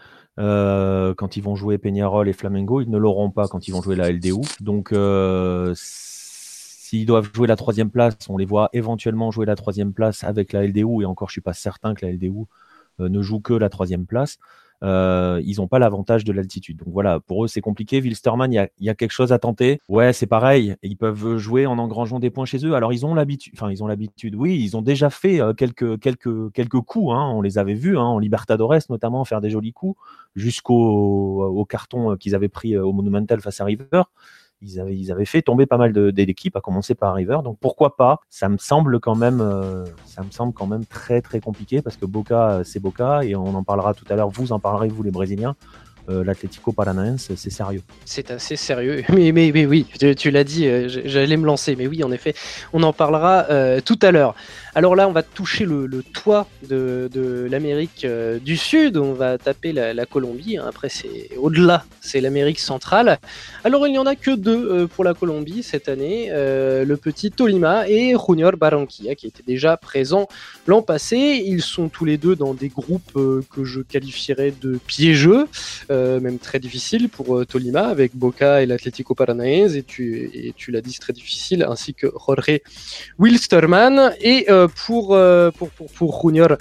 S2: euh, quand ils vont jouer Peñarol et Flamengo, ils ne l'auront pas quand ils vont jouer la L D U. Donc, euh, s'ils doivent jouer la troisième place, on les voit éventuellement jouer la troisième place avec la L D U. Et encore, je ne suis pas certain que la L D U euh, ne joue que la troisième place. Euh, ils n'ont pas l'avantage de l'altitude. Donc voilà, pour eux, c'est compliqué. Wilstermann, il y a, y a quelque chose à tenter. Ouais, c'est pareil. Ils peuvent jouer en engrangeant des points chez eux. Alors, ils ont l'habitude. Enfin, ils ont l'habitude. Oui, ils ont déjà fait euh, quelques, quelques, quelques coups. Hein. On les avait vus, hein, en Libertadores notamment, faire des jolis coups, jusqu'au au carton qu'ils avaient pris au Monumental face à River. Ils avaient, ils avaient fait tomber pas mal de, d'équipes, à commencer par River. Donc pourquoi pas ? Ça me semble quand même, euh, ça me semble quand même très très compliqué parce que Boca, c'est Boca et on en parlera tout à l'heure. Vous en parlerez, vous les Brésiliens. Euh, L'Atlético Paranaense, c'est sérieux.
S1: C'est assez sérieux. Mais, mais, mais oui, tu, tu l'as dit, euh, j'allais me lancer. Mais oui, en effet, on en parlera euh, tout à l'heure. Alors là, on va toucher le, le toit de, de l'Amérique euh, du Sud. On va taper la, la Colombie. Après, c'est au-delà, c'est l'Amérique centrale. Alors, il n'y en a que deux euh, pour la Colombie cette année. Euh, le petit Tolima et Junior Barranquilla, qui étaient déjà présents l'an passé. Ils sont tous les deux dans des groupes euh, que je qualifierais de piégeux. Euh, même très difficile pour euh, Tolima avec Boca et l'Atlético Paranaense, et tu, et tu l'as dit, c'est très difficile, ainsi que Jorge Wilstermann. Et euh, pour, euh, pour, pour, pour Junior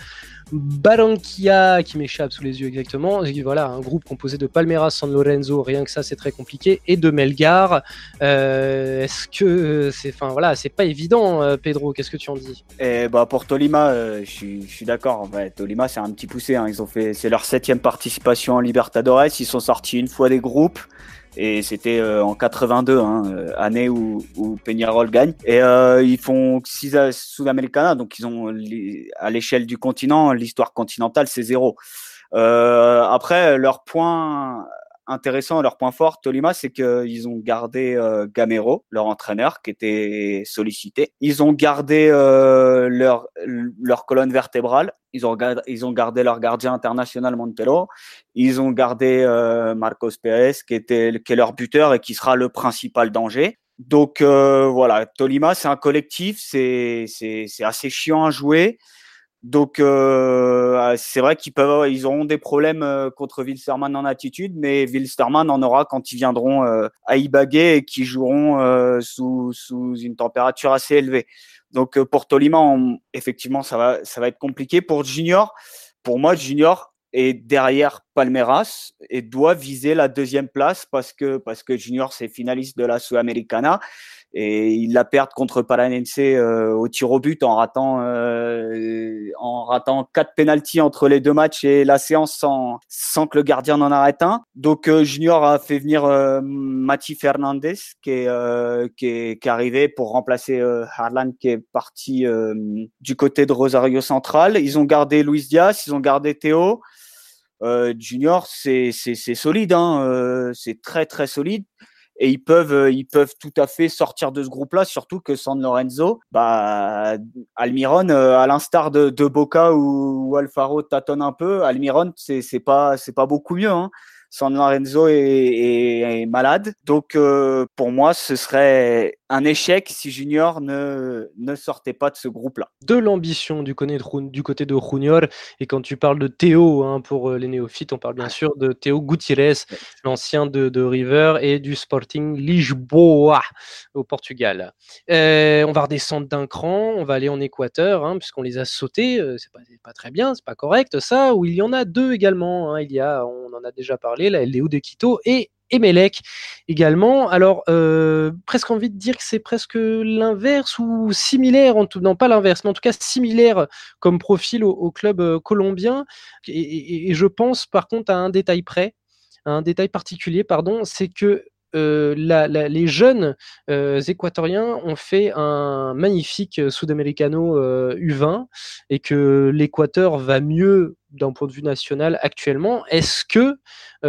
S1: Barranquilla, qui m'échappe sous les yeux exactement, voilà, un groupe composé de Palmeiras, San Lorenzo, rien que ça c'est très compliqué, et de Melgar. Euh, est-ce que c'est, enfin voilà, c'est pas évident, euh, Pedro, qu'est-ce que tu en dis?
S5: Et bah pour Tolima, euh, je suis, je suis d'accord. En fait, Tolima c'est un petit poussé. Hein. Ils ont fait, c'est leur septième participation en Libertadores. Ils sont sortis une fois des groupes. Et c'était euh, en quatre-vingt-deux, hein, euh, année où, où Peñarol gagne. Et euh, ils font six Sudamericana, donc ils ont à l'échelle du continent, l'histoire continentale, c'est zéro. Euh, après, leur point intéressant, leur point fort, Tolima, c'est qu'ils ont gardé euh, Gamero, leur entraîneur, qui était sollicité. Ils ont gardé euh, leur, leur colonne vertébrale. Ils ont, ils ont gardé leur gardien international Montero. Ils ont gardé euh, Marcos Pérez, qui, était, qui est leur buteur et qui sera le principal danger. Donc euh, voilà, Tolima, c'est un collectif, c'est, c'est, c'est assez chiant à jouer. Donc euh, c'est vrai qu'ils peuvent, ils auront des problèmes euh, contre Wilstermann en attitude, mais Wilstermann en aura quand ils viendront euh, à Ibagué et qui joueront euh, sous, sous une température assez élevée. Donc euh, pour Tolima, on, effectivement, ça va, ça va être compliqué. Pour Junior, pour moi, Junior est derrière Palmeiras et doit viser la deuxième place parce que, parce que Junior, c'est finaliste de la Sul-Americana et il la perd contre Paranense euh, au tir au but en ratant, euh, en ratant quatre pénaltys entre les deux matchs et la séance sans, sans que le gardien n'en arrête un. Donc euh, Junior a fait venir euh, Mati Fernandez qui est, euh, qui est, qui est arrivé pour remplacer euh, Harlan qui est parti euh, du côté de Rosario Central. Ils ont gardé Luis Diaz, ils ont gardé Théo. Euh, Junior, c'est, c'est, c'est solide, hein, euh, c'est très très solide. Et ils peuvent, ils peuvent tout à fait sortir de ce groupe-là, surtout que San Lorenzo, bah, Almiron, à l'instar de, de Boca ou, ou Alfaro tâtonne un peu. Almiron, c'est, c'est pas, c'est pas beaucoup mieux, hein. San Lorenzo est, est, est malade. Donc, euh, pour moi, ce serait un échec si Junior ne, ne sortait pas de ce groupe-là.
S1: De l'ambition du côté de, du côté de Junior. Et quand tu parles de Théo, hein, pour les néophytes, on parle bien sûr de Théo Gutiérrez, l'ancien de, de River et du Sporting Lisboa au Portugal. Euh, on va redescendre d'un cran, on va aller en Équateur, hein, puisqu'on les a sautés. Euh, c'est pas, c'est pas très bien, c'est pas correct ça. Où il y en a deux également. Hein, il y a, on en a déjà parlé, la L D U de Quito et Emelec également. Alors, euh, presque envie de dire que c'est presque l'inverse ou similaire, en tout, non pas l'inverse, mais en tout cas similaire comme profil au, au club euh, colombien. Et, et, et je pense par contre à un détail près, à un détail particulier, pardon, c'est que Euh, la, la, les jeunes euh, équatoriens ont fait un magnifique Sudamericano euh, U vingt et que l'Équateur va mieux d'un point de vue national actuellement. Est-ce que,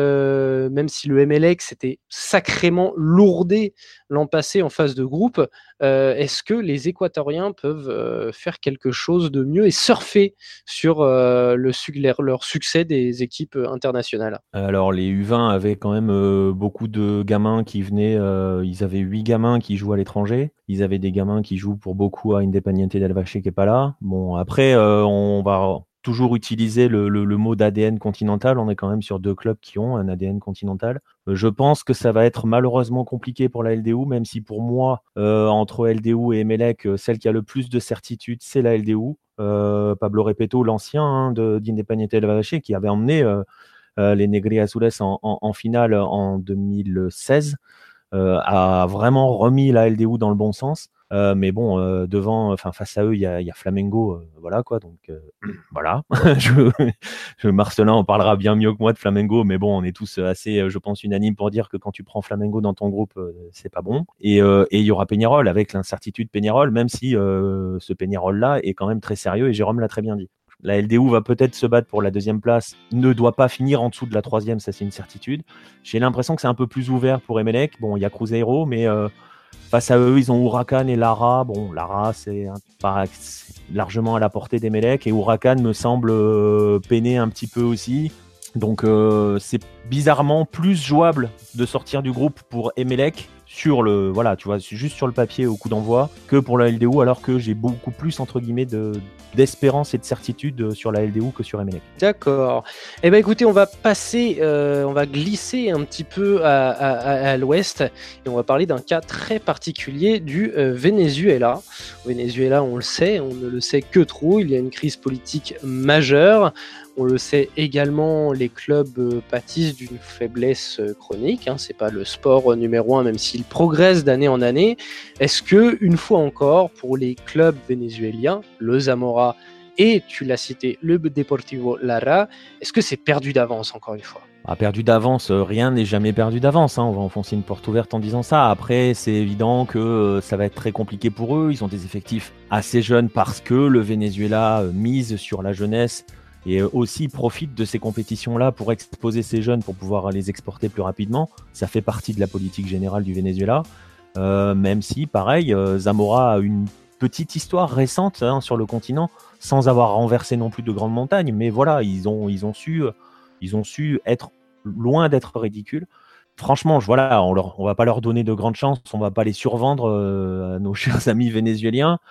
S1: euh, même si le M L X s'était sacrément lourdé l'an passé en phase de groupe, euh, est-ce que les Équatoriens peuvent euh, faire quelque chose de mieux et surfer sur euh, le, leur, leur succès des équipes internationales?
S2: Alors les U vingt avaient quand même euh, beaucoup de gamins qui venaient, euh, ils avaient huit gamins qui jouent à l'étranger, ils avaient des gamins qui jouent pour beaucoup à Independiente del Valle qui est pas là. Bon après euh, on va toujours utiliser le, le, le mot d'A D N continental, on est quand même sur deux clubs qui ont un A D N continental. Euh, je pense que ça va être malheureusement compliqué pour la L D U, même si pour moi, euh, entre L D U et Emelec, celle qui a le plus de certitude, c'est la L D U. Euh, Pablo Repetto, l'ancien hein, de, d'Independiente del Valle, qui avait emmené euh, euh, les Negri Azules en, en, en finale en deux mille seize, euh, a vraiment remis la L D U dans le bon sens. Euh, mais bon, euh, devant, enfin face à eux, il y a, y a Flamengo, euh, voilà quoi. Donc euh, voilà. je, je, Marcelin en parlera bien mieux que moi de Flamengo, mais bon, on est tous assez, je pense, unanimes pour dire que quand tu prends Flamengo dans ton groupe, euh, c'est pas bon. Et euh, et il y aura Peñarol avec l'incertitude Peñarol, même si euh, ce Peñarol-là est quand même très sérieux. Et Jérôme l'a très bien dit. La L D U va peut-être se battre pour la deuxième place, ne doit pas finir en dessous de la troisième, ça c'est une certitude. J'ai l'impression que c'est un peu plus ouvert pour Emelec. Bon, il y a Cruzeiro, mais euh, face à eux, ils ont Huracan et Lara. Bon, Lara, c'est, un, c'est largement à la portée d'Emelec et Huracan me semble euh, peiner un petit peu aussi. Donc euh, c'est bizarrement plus jouable de sortir du groupe pour Emelec sur le, voilà, tu vois, juste sur le papier au coup d'envoi que pour la L D U, alors que j'ai beaucoup plus entre guillemets de d'espérance et de certitude sur la L D U que sur Emelec.
S1: D'accord. Eh ben écoutez, on va passer, euh, on va glisser un petit peu à, à, à l'ouest et on va parler d'un cas très particulier du euh, Venezuela. Au Venezuela, on le sait, on ne le sait que trop. Il y a une crise politique majeure. On le sait également, les clubs euh, pâtissent d'une faiblesse euh, chronique. Hein, c'est pas le sport euh, numéro un, même s'il progresse d'année en année. Est-ce que, une fois encore, pour les clubs vénézuéliens, le Zamora et, tu l'as cité, le Deportivo Lara, est-ce que c'est perdu d'avance, encore une fois?
S2: Ah, perdu d'avance, rien n'est jamais perdu d'avance. Hein. On va enfoncer une porte ouverte en disant ça. Après, c'est évident que euh, ça va être très compliqué pour eux. Ils ont des effectifs assez jeunes parce que le Venezuela euh, mise sur la jeunesse et aussi profite de ces compétitions-là pour exposer ces jeunes pour pouvoir les exporter plus rapidement. Ça fait partie de la politique générale du Venezuela. Euh, même si, pareil, euh, Zamora a une petite histoire récente hein, sur le continent, sans avoir renversé non plus de grandes montagnes. Mais voilà, ils ont, ils ont, su, ils ont su être loin d'être ridicules. Franchement, je, voilà, on ne va pas leur donner de grandes chances, on ne va pas les survendre euh, à nos chers amis vénézuéliens.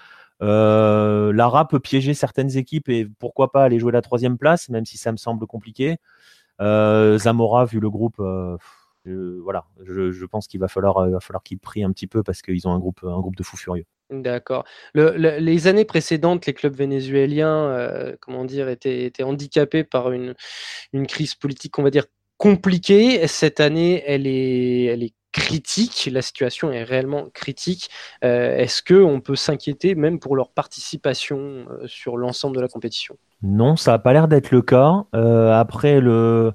S2: Euh, Lara peut piéger certaines équipes et pourquoi pas aller jouer la troisième place, même si ça me semble compliqué. Euh, Zamora, vu le groupe, euh, je, voilà, je, je pense qu'il va falloir, il va falloir qu'il prie un petit peu parce qu'ils ont un groupe, un groupe de fous furieux.
S1: D'accord. Le, le, les années précédentes, les clubs vénézuéliens, euh, comment dire, étaient, étaient handicapés par une, une crise politique, on va dire, compliquée. Cette année, elle est, elle est critique. La situation est réellement critique. Euh, est-ce qu'on peut s'inquiéter même pour leur participation euh, sur l'ensemble de la compétition?
S2: Non, ça n'a pas l'air d'être le cas. Euh, après, le,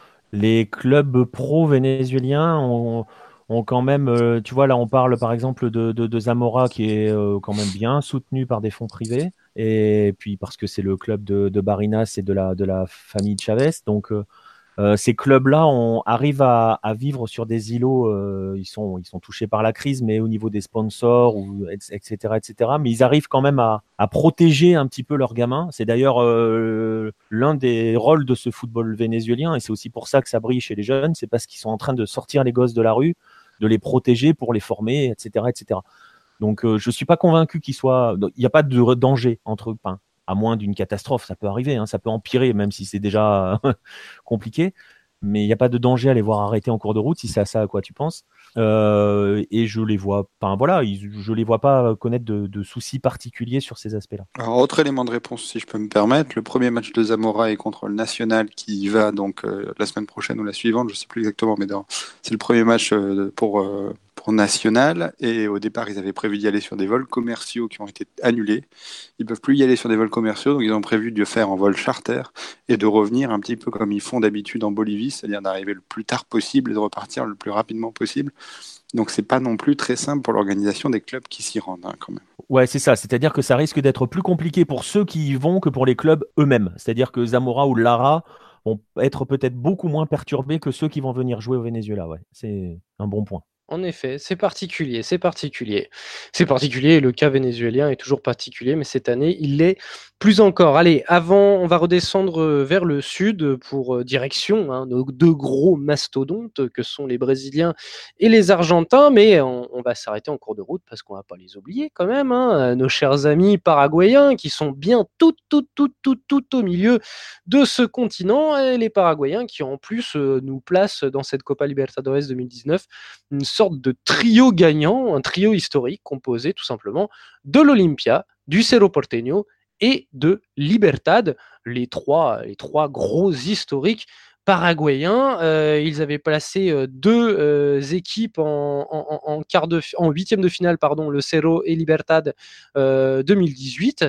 S2: les clubs pro vénézuéliens ont, ont quand même, euh, tu vois, là on parle par exemple de, de, de Zamora qui est euh, quand même bien soutenu par des fonds privés, et puis parce que c'est le club de, de Barinas et de la, de la famille Chavez. Donc euh, euh, ces clubs-là on arrive à, à vivre sur des îlots, euh, ils, sont, ils sont touchés par la crise, mais au niveau des sponsors, ou, et cetera, et cetera. Mais ils arrivent quand même à, à protéger un petit peu leurs gamins. C'est d'ailleurs euh, l'un des rôles de ce football vénézuélien, et c'est aussi pour ça que ça brille chez les jeunes, c'est parce qu'ils sont en train de sortir les gosses de la rue, de les protéger pour les former, et cetera, et cetera. Donc euh, je suis pas convaincu qu'il soit, il n'y a pas de danger entre eux. Enfin, à moins d'une catastrophe, ça peut arriver, hein, ça peut empirer, même si c'est déjà compliqué. Mais il n'y a pas de danger à les voir arrêter en cours de route, si c'est à ça à quoi tu penses. Euh, et je les vois, enfin voilà, je les vois pas connaître de, de soucis particuliers sur ces aspects-là.
S4: Alors, autre élément de réponse, si je peux me permettre, le premier match de Zamora est contre le National qui y va donc euh, la semaine prochaine ou la suivante, je sais plus exactement, mais dans... c'est le premier match euh, pour, euh, pour National. Et au départ, ils avaient prévu d'y aller sur des vols commerciaux qui ont été annulés. Ils peuvent plus y aller sur des vols commerciaux, donc ils ont prévu de le faire en vol charter et de revenir un petit peu comme ils font d'habitude en Bolivie, c'est-à-dire d'arriver le plus tard possible et de repartir le plus rapidement possible. Donc c'est pas non plus très simple pour l'organisation des clubs qui s'y rendent, hein, quand même.
S2: Ouais, c'est ça. C'est-à-dire que ça risque d'être plus compliqué pour ceux qui y vont que pour les clubs eux-mêmes. C'est-à-dire que Zamora ou Lara vont être peut-être beaucoup moins perturbés que ceux qui vont venir jouer au Venezuela. Ouais, c'est un bon point.
S1: En effet, c'est particulier, c'est particulier. C'est particulier, le cas vénézuélien est toujours particulier, mais cette année, il l'est plus encore. Allez, avant, on va redescendre vers le sud pour euh, direction hein, nos deux gros mastodontes que sont les Brésiliens et les Argentins, mais on, on va s'arrêter en cours de route parce qu'on va pas les oublier quand même, hein, nos chers amis paraguayens qui sont bien tout, tout, tout, tout, tout au milieu de ce continent, et les Paraguayens qui en plus euh, nous placent dans cette Copa Libertadores deux mille dix-neuf une sorte de trio gagnant, un trio historique composé tout simplement de l'Olimpia, du Cerro Porteño et de Libertad, les trois, les trois gros historiques paraguayens. Euh, ils avaient placé euh, deux euh, équipes en, en, en, quart de, en huitième de finale, pardon, le Cerro et Libertad euh, deux mille dix-huit.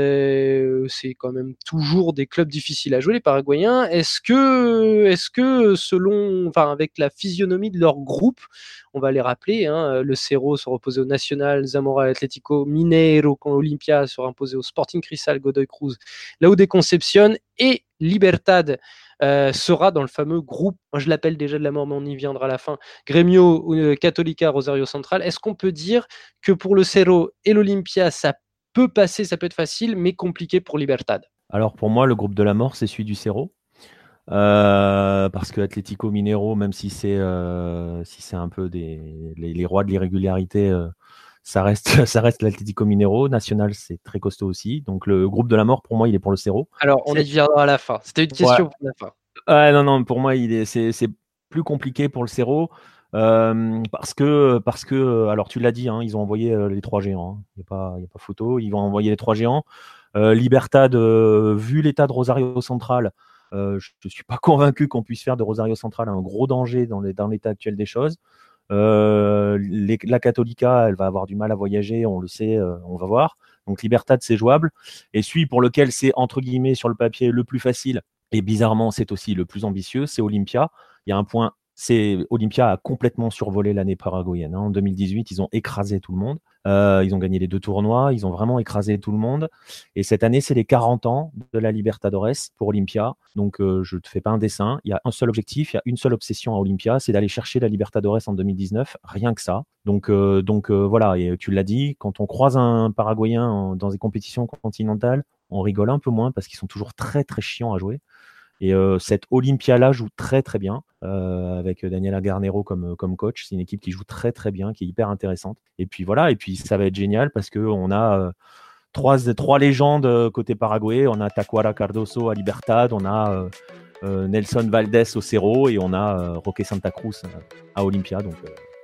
S1: Euh, c'est quand même toujours des clubs difficiles à jouer, les Paraguayens. Est-ce que, est-ce que selon, enfin, avec la physionomie de leur groupe, on va les rappeler, hein, le Cerro se reposait au Nacional, Zamora Atlético Mineiro, quand Olimpia se imposé au Sporting Cristal, Godoy Cruz, La U de Concepción, et Libertad euh, sera dans le fameux groupe, moi je l'appelle déjà de la mort, mais on y viendra à la fin, Grêmio, euh, Católica, Rosario Central. Est-ce qu'on peut dire que pour le Cerro et l'Olimpia, ça peut passer, ça peut être facile, mais compliqué pour Libertad?
S2: Alors pour moi, le groupe de la mort, c'est celui du Cerro. Euh, parce que Atlético Mineiro, même si c'est euh, si c'est un peu des les, les rois de l'irrégularité, euh, ça reste ça reste l'Atlético Mineiro. National, c'est très costaud aussi. Donc le groupe de la mort, pour moi, il est pour le Cerro.
S1: Alors on
S2: c'est...
S1: y viendra à la fin. C'était une question
S2: ouais.
S1: pour la fin.
S2: Ouais, non, non, pour moi, il est c'est c'est plus compliqué pour le Cerro. Euh, parce que parce que alors tu l'as dit, hein, ils ont envoyé euh, les trois géants. Il hein. n'y a pas il y a pas photo. Ils vont envoyer les trois géants. Euh, Libertad, euh, vu l'état de Rosario Central. Euh, je ne suis pas convaincu qu'on puisse faire de Rosario Central un gros danger dans, les, dans l'état actuel des choses. Euh, les, la Católica, elle va avoir du mal à voyager, on le sait, euh, on va voir. Donc Libertad, c'est jouable. Et celui pour lequel c'est, entre guillemets, sur le papier, le plus facile, et bizarrement, c'est aussi le plus ambitieux, c'est Olimpia. Il y a un point, c'est Olimpia a complètement survolé l'année paraguayenne. Hein. En deux mille dix-huit, ils ont écrasé tout le monde. Euh, ils ont gagné les deux tournois, ils ont vraiment écrasé tout le monde. Et cette année, c'est les quarante ans de la Libertadores pour Olimpia. Donc, euh, je ne te fais pas un dessin. Il y a un seul objectif, il y a une seule obsession à Olimpia, c'est d'aller chercher la Libertadores en deux mille dix-neuf. Rien que ça. Donc, euh, donc euh, voilà, et tu l'as dit, quand on croise un Paraguayen en, dans des compétitions continentales, on rigole un peu moins parce qu'ils sont toujours très, très chiants à jouer. Et euh, cette Olympia-là joue très très bien, euh, avec Daniela Garnero comme, comme coach. C'est une équipe qui joue très très bien, qui est hyper intéressante. Et puis voilà, et puis ça va être génial parce qu'on a euh, trois, trois légendes côté Paraguay. On a Tacuara Cardoso à Libertad, on a euh, euh, Nelson Valdés au Cerro et on a euh, Roque Santa Cruz à Olympia. Donc euh,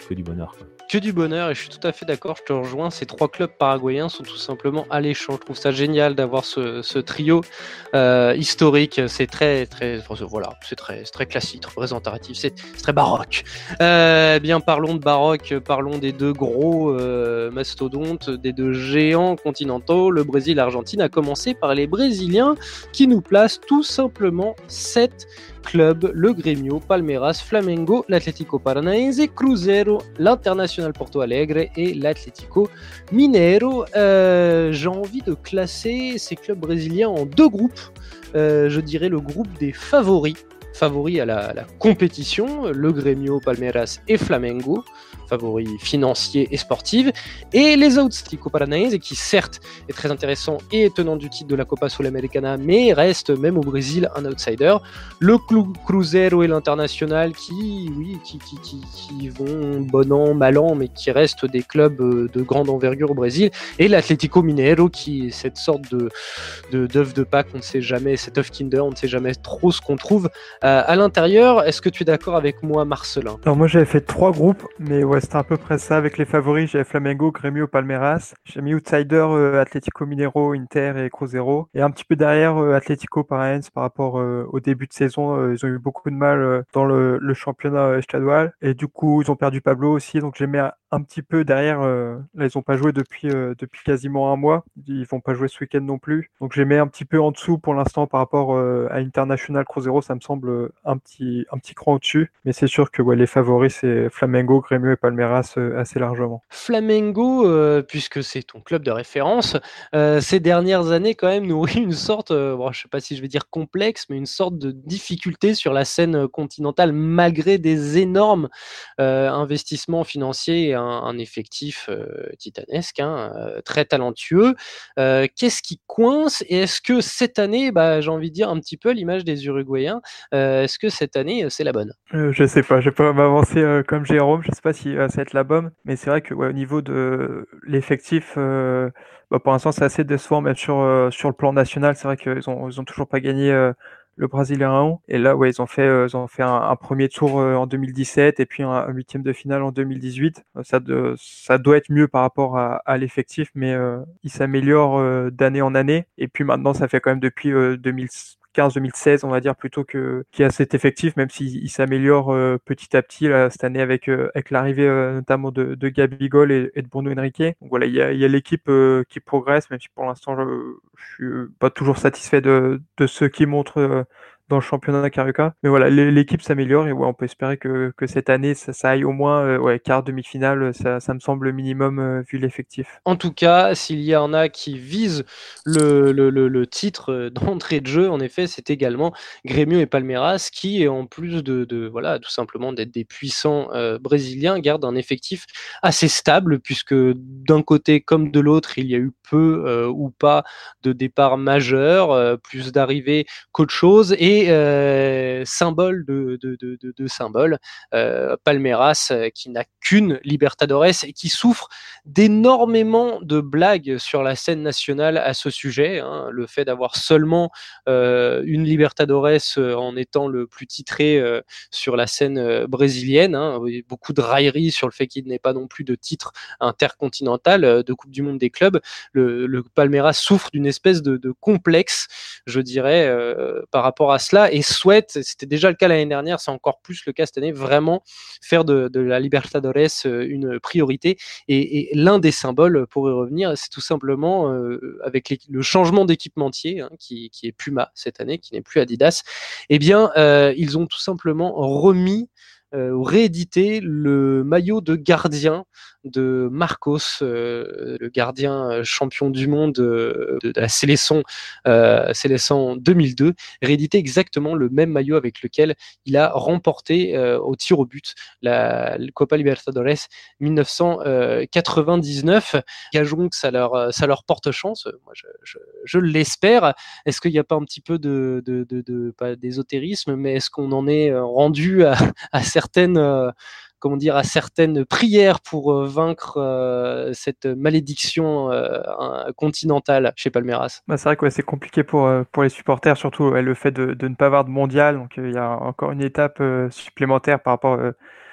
S2: que du bonheur. Quoi.
S1: Que du bonheur, et je suis tout à fait d'accord, je te rejoins, ces trois clubs paraguayens sont tout simplement alléchants. Je trouve ça génial d'avoir ce, ce trio euh, historique, c'est très, très, enfin, voilà, c'est très, c'est très classique, très représentatif, c'est, c'est très baroque. Euh, bien, parlons de baroque, parlons des deux gros euh, mastodontes, des deux géants continentaux, le Brésil et l'Argentine, à commencer par les Brésiliens, qui nous placent tout simplement sept clubs, le Grêmio, Palmeiras, Flamengo, l'Atlético Paranaense, Cruzeiro, l'Internacional Porto Alegre et l'Atlético Mineiro. Euh, j'ai envie de classer ces clubs brésiliens en deux groupes. Euh, je dirais le groupe des favoris, favoris à la, à la compétition, le Grêmio, Palmeiras et Flamengo, favoris financiers et sportifs, et les Atlético Paranaense, qui certes est très intéressant et est tenant du titre de la Copa Sul-Americana, mais reste même au Brésil un outsider. Le Cruzeiro et l'Internacional qui, oui, qui, qui, qui, qui vont bon an, mal an, mais qui restent des clubs de grande envergure au Brésil, et l'Atlético Mineiro qui est cette sorte de, de, d'œuf de Pâques, on ne sait jamais, cet œuf Kinder, on ne sait jamais trop ce qu'on trouve euh, à l'intérieur. Est-ce que tu es d'accord avec moi, Marcelin?
S6: Alors moi j'avais fait trois groupes, mais ouais, c'était à peu près ça. Avec les favoris, j'avais Flamengo, Grêmio, Palmeiras. J'ai mis outsider euh, Atlético Mineiro, Inter et Cruzeiro. Et un petit peu derrière euh, Atlético Paranaense par rapport euh, au début de saison. Euh, ils ont eu beaucoup de mal euh, dans le, le championnat euh, estadual. Et du coup, ils ont perdu Pablo aussi. Donc j'ai mis un, un petit peu derrière. Euh, là, ils n'ont pas joué depuis, euh, depuis quasiment un mois. Ils vont pas jouer ce week-end non plus. Donc j'ai mis un petit peu en dessous pour l'instant par rapport euh, à International Cruzeiro. Ça me semble un petit, un petit cran au-dessus. Mais c'est sûr que ouais, les favoris, c'est Flamengo, Grêmio et Palmeiras euh, assez largement.
S1: Flamengo, euh, puisque c'est ton club de référence, euh, ces dernières années quand même nourrit une sorte, euh, bon, je ne sais pas si je vais dire complexe, mais une sorte de difficulté sur la scène continentale malgré des énormes euh, investissements financiers et un, un effectif euh, titanesque, hein, euh, très talentueux. Euh, qu'est-ce qui coince et est-ce que cette année, bah, j'ai envie de dire un petit peu à l'image des Uruguayens, euh, est-ce que cette année c'est la bonne?
S6: Euh, je sais pas, je vais pas m'avancer euh, comme Jérôme, je sais pas si euh, ça va être la bombe, mais c'est vrai que ouais, au niveau de l'effectif, euh, bah, pour l'instant c'est assez décevant, même sur, euh, sur le plan national, c'est vrai qu'ils ont, ils ont toujours pas gagné euh, le Brésilien, et là ouais, ils ont fait, euh, ils ont fait un, un premier tour euh, en deux mille dix-sept et puis un, un huitième de finale en deux mille dix-huit. Euh, ça, de, ça doit être mieux par rapport à, à l'effectif, mais euh, il s'améliore euh, d'année en année, et puis maintenant ça fait quand même depuis euh, deux mille quinze deux mille seize, on va dire, plutôt que qu'il y a cet effectif, même s'il il s'améliore euh, petit à petit là, cette année avec euh, avec l'arrivée euh, notamment de, de Gabigol et, et de Bruno Henrique. Donc voilà, il y a, il y a l'équipe euh, qui progresse, même si pour l'instant je, je suis pas toujours satisfait de de ceux qui montrent euh, dans le championnat Carioca. Mais voilà, l'équipe s'améliore et ouais, on peut espérer que, que cette année, ça, ça aille au moins euh, ouais, quart, demi-finale, ça, ça me semble le minimum euh, vu l'effectif.
S1: En tout cas, s'il y en a qui visent le, le, le, le titre d'entrée de jeu, en effet, c'est également Grêmio et Palmeiras qui, en plus de, de voilà, tout simplement d'être des puissants euh, brésiliens, gardent un effectif assez stable puisque d'un côté comme de l'autre, il y a eu peu euh, ou pas de départs majeurs, euh, plus d'arrivées qu'autre chose et euh, symbole de, de, de, de, de symbole, euh, Palmeiras euh, qui n'a qu'une Libertadores et qui souffre d'énormément de blagues sur la scène nationale à ce sujet, hein, le fait d'avoir seulement euh, une Libertadores euh, en étant le plus titré euh, sur la scène euh, brésilienne, hein, beaucoup de railleries sur le fait qu'il n'ait pas non plus de titre intercontinental euh, de Coupe du Monde des clubs. Le, le Palmeiras souffre d'une espèce de, de complexe, je dirais, euh, par rapport à cela et souhaite, c'était déjà le cas l'année dernière, c'est encore plus le cas cette année, vraiment faire de, de la Libertadores une priorité et, et l'un des symboles, pour y revenir, c'est tout simplement euh, avec le changement d'équipementier hein, qui, qui est Puma cette année, qui n'est plus Adidas, eh bien, euh, ils ont tout simplement remis euh, ou réédité le maillot de gardien de Marcos, euh, le gardien champion du monde euh, de, de la Séleção, euh, Séleção deux mille deux, réédité exactement le même maillot avec lequel il a remporté euh, au tir au but la, la Copa Libertadores dix-neuf cent quatre-vingt-dix-neuf. Gageons que ça leur, ça leur porte chance, moi je, je, je l'espère. Est-ce qu'il n'y a pas un petit peu de, de, de, de pas d'ésotérisme, mais est-ce qu'on en est rendu à, à certaines... Euh, comment dire, à certaines prières pour euh, vaincre euh, cette malédiction euh, continentale chez Palmeiras?
S6: Bah, c'est vrai que ouais, c'est compliqué pour, euh, pour les supporters, surtout ouais, le fait de, de ne pas avoir de mondial. Donc il euh, y a encore une étape euh, supplémentaire par rapport euh,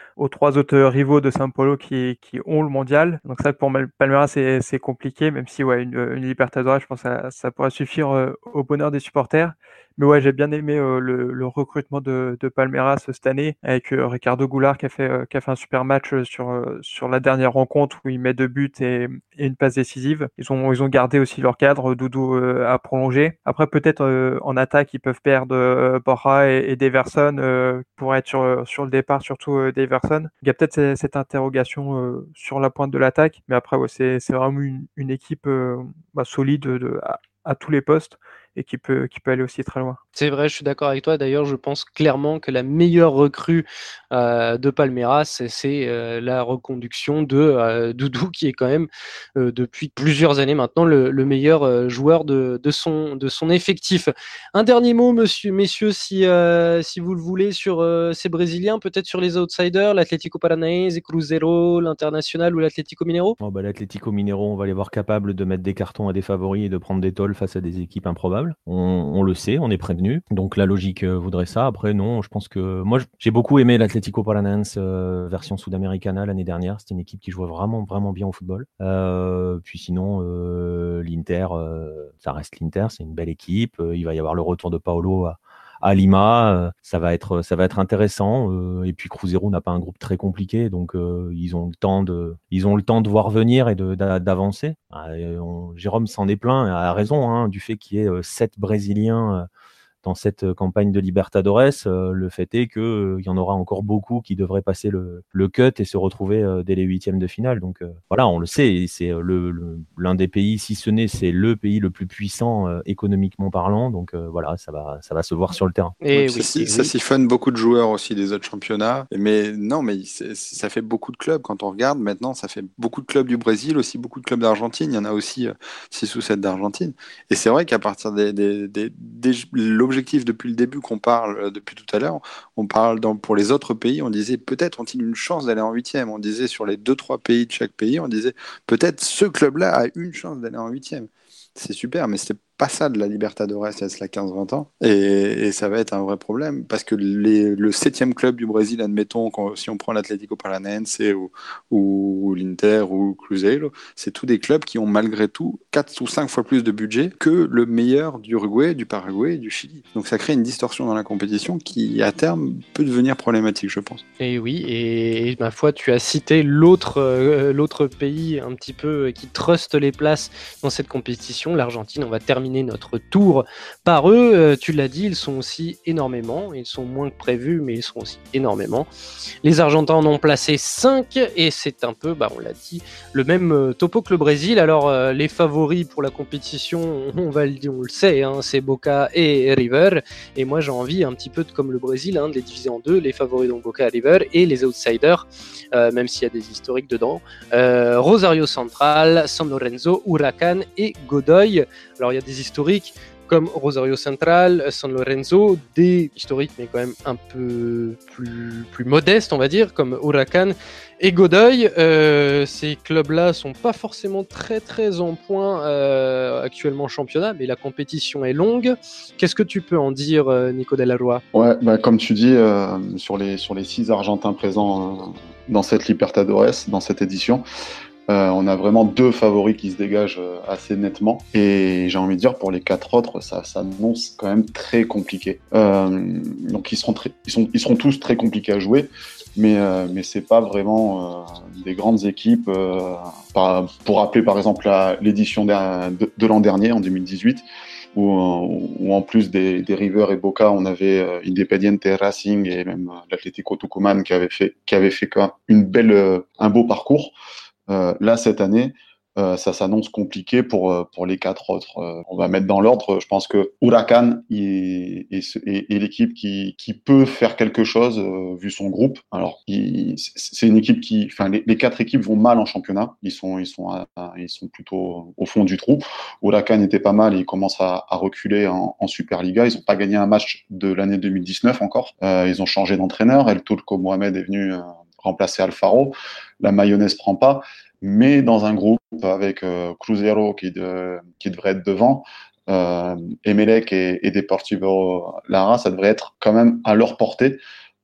S6: aux trois autres rivaux de São Paulo qui, qui ont le mondial. Donc ça, pour Palmeiras, c'est, c'est compliqué, même si ouais, une, une Libertadores, je pense que ça, ça pourrait suffire euh, au bonheur des supporters. Mais ouais, j'ai bien aimé euh, le, le recrutement de, de Palmeiras cette année, avec euh, Ricardo Goulart qui a fait, euh, qui a fait un super match sur, euh, sur la dernière rencontre où il met deux buts et, et une passe décisive. Ils ont, ils ont gardé aussi leur cadre, Doudou euh, a prolongé. Après, peut-être euh, en attaque, ils peuvent perdre euh, Borja et, et Deverson euh, pour être sur, sur le départ, surtout euh, Deverson. Il y a peut-être cette, cette interrogation euh, sur la pointe de l'attaque, mais après, ouais, c'est, c'est vraiment une, une équipe euh, bah, solide de, à, à tous les postes et qui peut, qui peut aller aussi très loin.
S1: C'est vrai, je suis d'accord avec toi. D'ailleurs, je pense clairement que la meilleure recrue euh, de Palmeiras, c'est, c'est euh, la reconduction de euh, Doudou, qui est quand même, euh, depuis plusieurs années maintenant, le, le meilleur euh, joueur de, de, son, de son effectif. Un dernier mot, monsieur, messieurs, si, euh, si vous le voulez, sur euh, ces Brésiliens, peut-être sur les outsiders, l'Atlético Paranaense, Cruzeiro, l'Internacional ou l'Atlético Mineiro.
S2: Oh bah, L'Atlético Mineiro, on va les voir capables de mettre des cartons à des favoris et de prendre des tolls face à des équipes improbables. On, on le sait, on est prévenu. Donc la logique euh, voudrait ça. Après, non, je pense que moi, j'ai beaucoup aimé l'Atlético Paranaense euh, version Sudamericana l'année dernière. C'était une équipe qui jouait vraiment, vraiment bien au football. Euh, puis sinon, euh, l'Inter, euh, ça reste l'Inter, c'est une belle équipe. Euh, il va y avoir le retour de Paulo à, à Lima. Euh, ça va être, ça va être intéressant. Euh, et puis Cruzeiro n'a pas un groupe très compliqué, donc euh, ils ont le temps de, ils ont le temps de voir venir et de, d'avancer. Euh, on, Jérôme s'en est plein, a raison, hein, du fait qu'il y ait euh, sept Brésiliens. Euh, dans cette campagne de Libertadores, euh, le fait est qu'il euh, y en aura encore beaucoup qui devraient passer le, le cut et se retrouver euh, dès les huitièmes de finale. Donc euh, voilà, on le sait, c'est le, le, l'un des pays, si ce n'est, c'est le pays le plus puissant euh, économiquement parlant. Donc euh, voilà, ça va, ça va se voir sur le terrain.
S4: Et oui, ça, et ça oui. siphonne beaucoup de joueurs aussi des autres championnats. Mais non, mais c'est, ça fait beaucoup de clubs quand on regarde. Maintenant, ça fait beaucoup de clubs du Brésil, aussi beaucoup de clubs d'Argentine. Il y en a aussi euh, six ou sept d'Argentine. Et c'est vrai qu'à partir des, des, des, des l'objectif depuis le début qu'on parle depuis tout à l'heure, on parle dans, pour les autres pays, on disait peut-être ont-ils une chance d'aller en huitième. On disait sur les deux trois pays de chaque pays, on disait peut-être ce club-là a une chance d'aller en huitième. C'est super, mais c'était pas ça de la Libertadores il y a cela quinze vingt ans. Et, et ça va être un vrai problème parce que les, le septième club du Brésil, admettons, quand, si on prend l'Atlético Paranaense ou, ou, ou l'Inter ou Cruzeiro, c'est tous des clubs qui ont malgré tout quatre ou cinq fois plus de budget que le meilleur du Uruguay, du Paraguay et du Chili. Donc ça crée une distorsion dans la compétition qui, à terme, peut devenir problématique, je pense.
S1: Et oui, et, et ma foi, tu as cité l'autre, euh, l'autre pays un petit peu qui truste les places dans cette compétition, l'Argentine. On va terminer notre tour par eux. Euh, tu l'as dit, ils sont aussi énormément. Ils sont moins que prévu, mais ils sont aussi énormément. Les Argentins en ont placé cinq et c'est un peu, bah, on l'a dit, le même euh, topo que le Brésil. Alors, euh, les favoris pour la compétition, on, va le dire, on le sait, hein, c'est Boca et River. Et moi, j'ai envie un petit peu de, comme le Brésil, hein, de les diviser en deux. Les favoris, donc Boca et River, et les outsiders, euh, même s'il y a des historiques dedans. Euh, Rosario Central, San Lorenzo, Huracan et Godoy. Alors, il y a des historiques comme Rosario Central, San Lorenzo, des historiques mais quand même un peu plus, plus modestes, on va dire, comme Huracan et Godoy. Euh, ces clubs-là sont pas forcément très très en point euh, actuellement en championnat, mais la compétition est longue. Qu'est-ce que tu peux en dire, Nico Della Rua ?
S3: Ouais, bah, comme tu dis, euh, sur les sur les six Argentins présents euh, dans cette Libertadores, dans cette édition, Euh, on a vraiment deux favoris qui se dégagent euh, assez nettement. Et j'ai envie de dire, pour les quatre autres, ça s'annonce quand même très compliqué. Euh, donc ils seront, très, ils, sont, ils seront tous très compliqués à jouer, mais, euh, mais c'est pas vraiment euh, des grandes équipes. Euh, par, pour rappeler par exemple la, l'édition de, de, de l'an dernier, en deux mille dix-huit, où, où en plus des, des River et Boca, on avait euh, Independiente Racing et même euh, l'Atlético Tucumán qui avait fait, qui avait fait une belle, euh, un beau parcours. Euh, là, cette année, euh, ça s'annonce compliqué pour, euh, pour les quatre autres. Euh, on va mettre dans l'ordre, je pense que Huracan est, est, est, est l'équipe qui, qui peut faire quelque chose euh, vu son groupe. Alors, il, c'est une équipe qui, enfin, les, les quatre équipes vont mal en championnat. Ils sont, ils sont, à, ils sont plutôt au fond du trou. Huracan était pas mal et ils commencent à, à reculer en, en Superliga. Ils n'ont pas gagné un match de l'année deux mille dix-neuf encore. Euh, ils ont changé d'entraîneur. El Turco Mohamed est venu euh, remplacer Alfaro. La mayonnaise prend pas, mais dans un groupe avec euh, Cruzeiro qui, de, qui devrait être devant, euh, Emelec et, et Deportivo Lara, ça devrait être quand même à leur portée.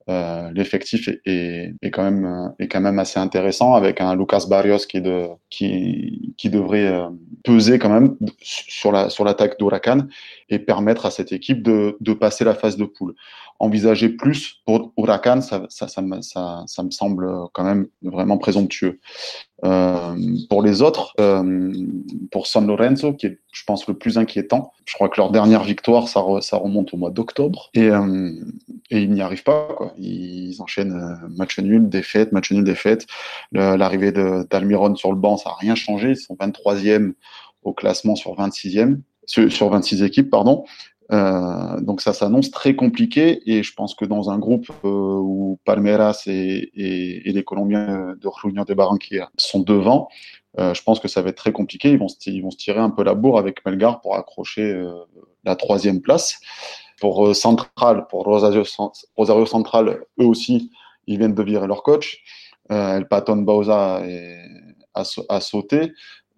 S3: Euh, l'effectif est, est, est, quand même, euh, est quand même assez intéressant avec un Lucas Barrios qui, est de, qui, qui devrait euh, peser quand même sur, la, sur l'attaque d'Huracan et permettre à cette équipe de, de passer la phase de poule. Envisager plus pour Huracan, ça, ça, ça, ça, ça, ça me semble quand même vraiment présomptueux. Euh, pour les autres, euh, pour San Lorenzo, qui est, je pense, le plus inquiétant, je crois que leur dernière victoire, ça, re, ça remonte au mois d'octobre, et, euh, et ils n'y arrivent pas, quoi. Ils enchaînent euh, match nul, défaite, match nul, défaite. Le, l'arrivée de, d'Almiron sur le banc, ça n'a rien changé. Ils sont vingt-troisième au classement sur vingt-sixième, sur, sur vingt-six équipes, pardon. Euh, donc ça s'annonce très compliqué et je pense que dans un groupe euh, où Palmeiras et, et, et les Colombiens de Junior de Barranquilla sont devant, euh, je pense que ça va être très compliqué. Ils vont, se, ils vont se tirer un peu la bourre avec Melgar pour accrocher euh, la troisième place. Pour euh, Central, pour Rosario, Rosario Central, eux aussi, ils viennent de virer leur coach. Euh, El Paton Bauza est, a, a sauté.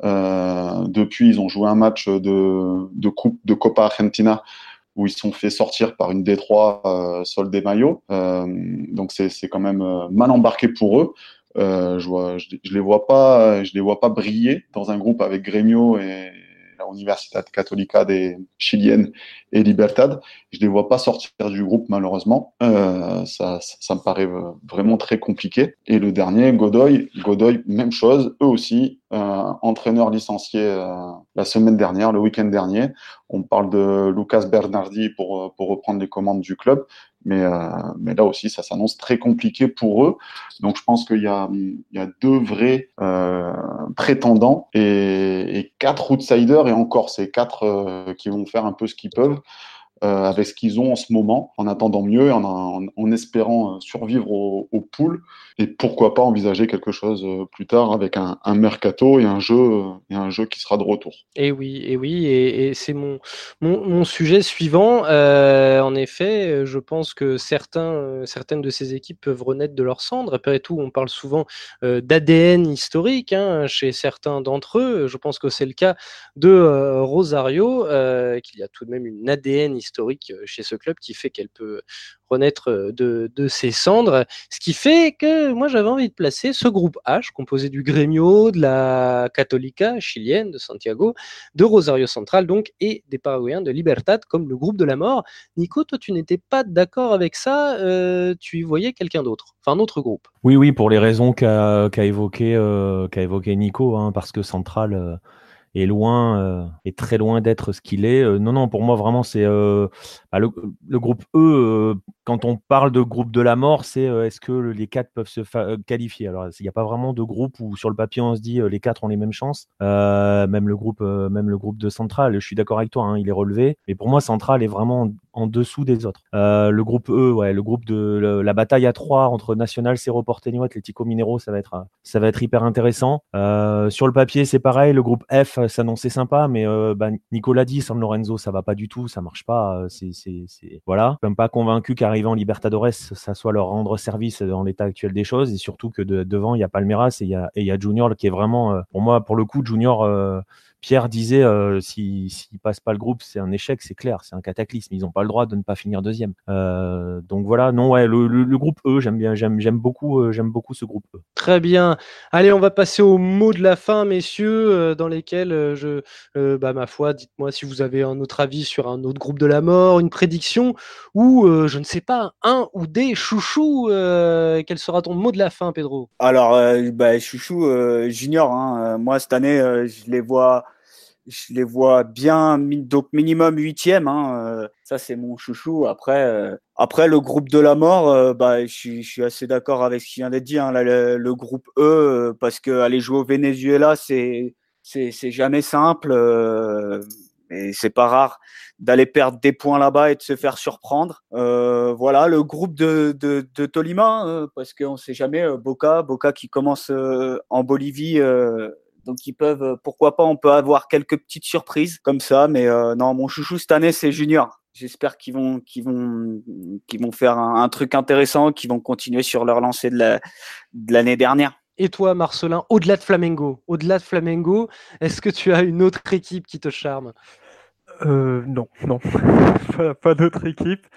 S3: Euh, depuis, ils ont joué un match de, de coupe de Copa Argentina où ils sont fait sortir par une D trois euh, Sol de Mayo. Euh, donc c'est, c'est quand même euh, mal embarqué pour eux. Euh, je, vois, je, je les vois pas, je les vois pas briller dans un groupe avec Grêmio et la Universidad Católica des Chiliennes et Libertad. Je les vois pas sortir du groupe malheureusement. Euh, ça, ça, ça me paraît vraiment très compliqué. Et le dernier, Godoy, Godoy, même chose, eux aussi, euh, entraîneur licencié euh, la semaine dernière, le week-end dernier. On parle de Lucas Bernardi pour pour reprendre les commandes du club. Mais, euh, mais là aussi, ça s'annonce très compliqué pour eux. Donc, je pense qu'il y a, il y a deux vrais euh, prétendants et, et quatre outsiders. Et encore, c'est quatre euh, qui vont faire un peu ce qu'ils peuvent euh, avec ce qu'ils ont en ce moment, en attendant mieux, en, en, en espérant survivre aux, aux poules. Et pourquoi pas envisager quelque chose plus tard avec un, un mercato et un jeu et un jeu qui sera de retour.
S1: Et oui, et oui, et, et c'est mon, mon, mon sujet suivant. Euh, en effet, je pense que certains, certaines de ces équipes peuvent renaître de leurs cendres. Après tout, on parle souvent euh, d'A D N historique hein, chez certains d'entre eux. Je pense que c'est le cas de euh, Rosario, euh, qu'il y a tout de même une A D N historique chez ce club qui fait qu'elle peut renaître de, de ses cendres. Ce qui fait que moi, j'avais envie de placer ce groupe H, composé du Grêmio, de la Católica chilienne, de Santiago, de Rosario Central, donc, et des Paraguayens de Libertad, comme le groupe de la mort. Nico, toi, tu n'étais pas d'accord avec ça, euh, tu y voyais quelqu'un d'autre, enfin un autre groupe.
S2: Oui, oui, pour les raisons qu'a, qu'a, évoqué, euh, qu'a évoqué Nico, hein, parce que Central... Euh... est loin, euh, est très loin d'être ce qu'il est. Euh, non, non, pour moi vraiment c'est euh, bah, le, le groupe E. Euh, quand on parle de groupe de la mort, c'est euh, est-ce que les quatre peuvent se fa- qualifier. Alors il n'y a pas vraiment de groupe où sur le papier on se dit euh, les quatre ont les mêmes chances. Euh, même le groupe, euh, même le groupe de Central. Je suis d'accord avec toi, hein, il est relevé. Mais pour moi Central est vraiment en, en dessous des autres. Euh, le groupe E, ouais, le groupe de le, la bataille à trois entre Nacional, Cerro Porteño, Atlético Mineiro, ça va être ça va être hyper intéressant. Euh, sur le papier c'est pareil. Le groupe F s'annonçait sympa, mais euh, bah, Nicolas dit, San Lorenzo, ça va pas du tout, ça marche pas. C'est, c'est, c'est... Voilà. Je suis même pas convaincu qu'arriver en Libertadores, ça soit leur rendre service dans l'état actuel des choses, et surtout que de, devant, il y a Palmeiras et il y a, et il y a Junior qui est vraiment, euh, pour moi, pour le coup, Junior, euh, Pierre disait, euh, s'ils si, si passent pas le groupe, c'est un échec, c'est clair, c'est un cataclysme. Ils n'ont pas le droit de ne pas finir deuxième. Euh, donc voilà, non, ouais, le, le, le groupe E, j'aime bien, j'aime, j'aime beaucoup, euh, j'aime beaucoup ce groupe E.
S1: Très bien. Allez, on va passer aux mots de la fin, messieurs, euh, dans lesquels euh, je, euh, bah, ma foi, dites-moi si vous avez un autre avis sur un autre groupe de la mort, une prédiction, ou euh, je ne sais pas, un ou des chouchous. Euh, quel sera ton mot de la fin, Pedro?
S5: Alors, euh, bah, chouchou, euh, junior. Hein, euh, moi, cette année, euh, je les vois, je les vois bien, donc minimum huitième. Hein, euh, ça, c'est mon chouchou. Après, euh, après le groupe de la mort, euh, bah, je suis, je suis assez d'accord avec ce qui vient d'être dit. Hein, là, le, le groupe E, euh, parce que aller jouer au Venezuela, c'est, c'est, c'est jamais simple. Euh, Et c'est pas rare d'aller perdre des points là-bas et de se faire surprendre. Euh, voilà, le groupe de, de, de Tolima, euh, parce qu'on sait jamais, euh, Boca, Boca qui commence euh, en Bolivie, euh, donc ils peuvent, euh, pourquoi pas, on peut avoir quelques petites surprises comme ça. Mais euh, non, mon chouchou cette année, c'est Junior. J'espère qu'ils vont, qu'ils vont, qu'ils vont faire un, un truc intéressant, qu'ils vont continuer sur leur lancée de, la, de l'année dernière.
S1: Et toi, Marcelin, au-delà de Flamengo, au-delà de Flamengo, est-ce que tu as une autre équipe qui te charme?
S6: Euh, non, non, pas, pas d'autre équipe.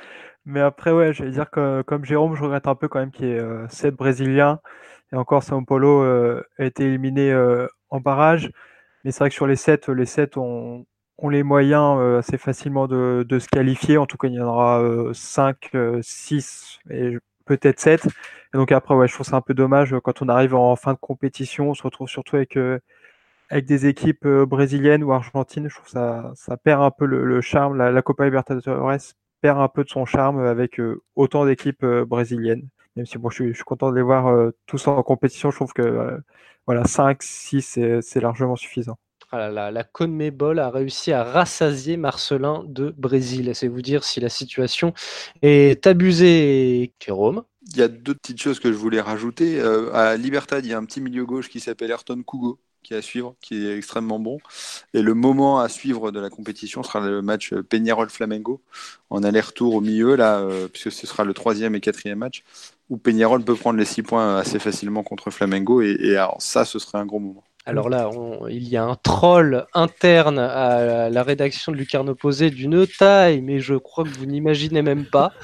S6: Mais après, ouais, j'allais dire que comme Jérôme, je regrette un peu quand même qu'il y ait euh, sept Brésiliens. Et encore, São Paulo euh, a été éliminé euh, en barrage. Mais c'est vrai que sur les sept, les sept ont, ont les moyens euh, assez facilement de, de se qualifier. En tout cas, il y en aura euh, cinq, six et peut-être sept. Et donc après, ouais, je trouve ça un peu dommage. Quand on arrive en fin de compétition, on se retrouve surtout avec, euh, avec des équipes euh, brésiliennes ou argentines. Je trouve ça, ça perd un peu le, le charme. La, la Copa Libertadores perd un peu de son charme avec euh, autant d'équipes euh, brésiliennes. Même si bon, je, suis, je suis content de les voir euh, tous en compétition, je trouve que euh, voilà, cinq, six, c'est, c'est largement suffisant.
S1: Ah là là, la CONMEBOL a réussi à rassasier Marcelin de Brésil. C'est vous dire si la situation est abusée. Jérôme?
S4: Il y a deux petites choses que je voulais rajouter. Euh, à Libertad, il y a un petit milieu gauche qui s'appelle Ayrton Kugo, qui est à suivre, qui est extrêmement bon. Et le moment à suivre de la compétition sera le match Peñarol-Flamengo, en aller-retour au milieu, là, euh, puisque ce sera le troisième et quatrième match, où Peñarol peut prendre les six points assez facilement contre Flamengo. Et, et alors, ça, ce serait un gros moment.
S1: Alors là, on, il y a un troll interne à la rédaction de Lucarne Opposée d'une taille, mais je crois que vous n'imaginez même pas.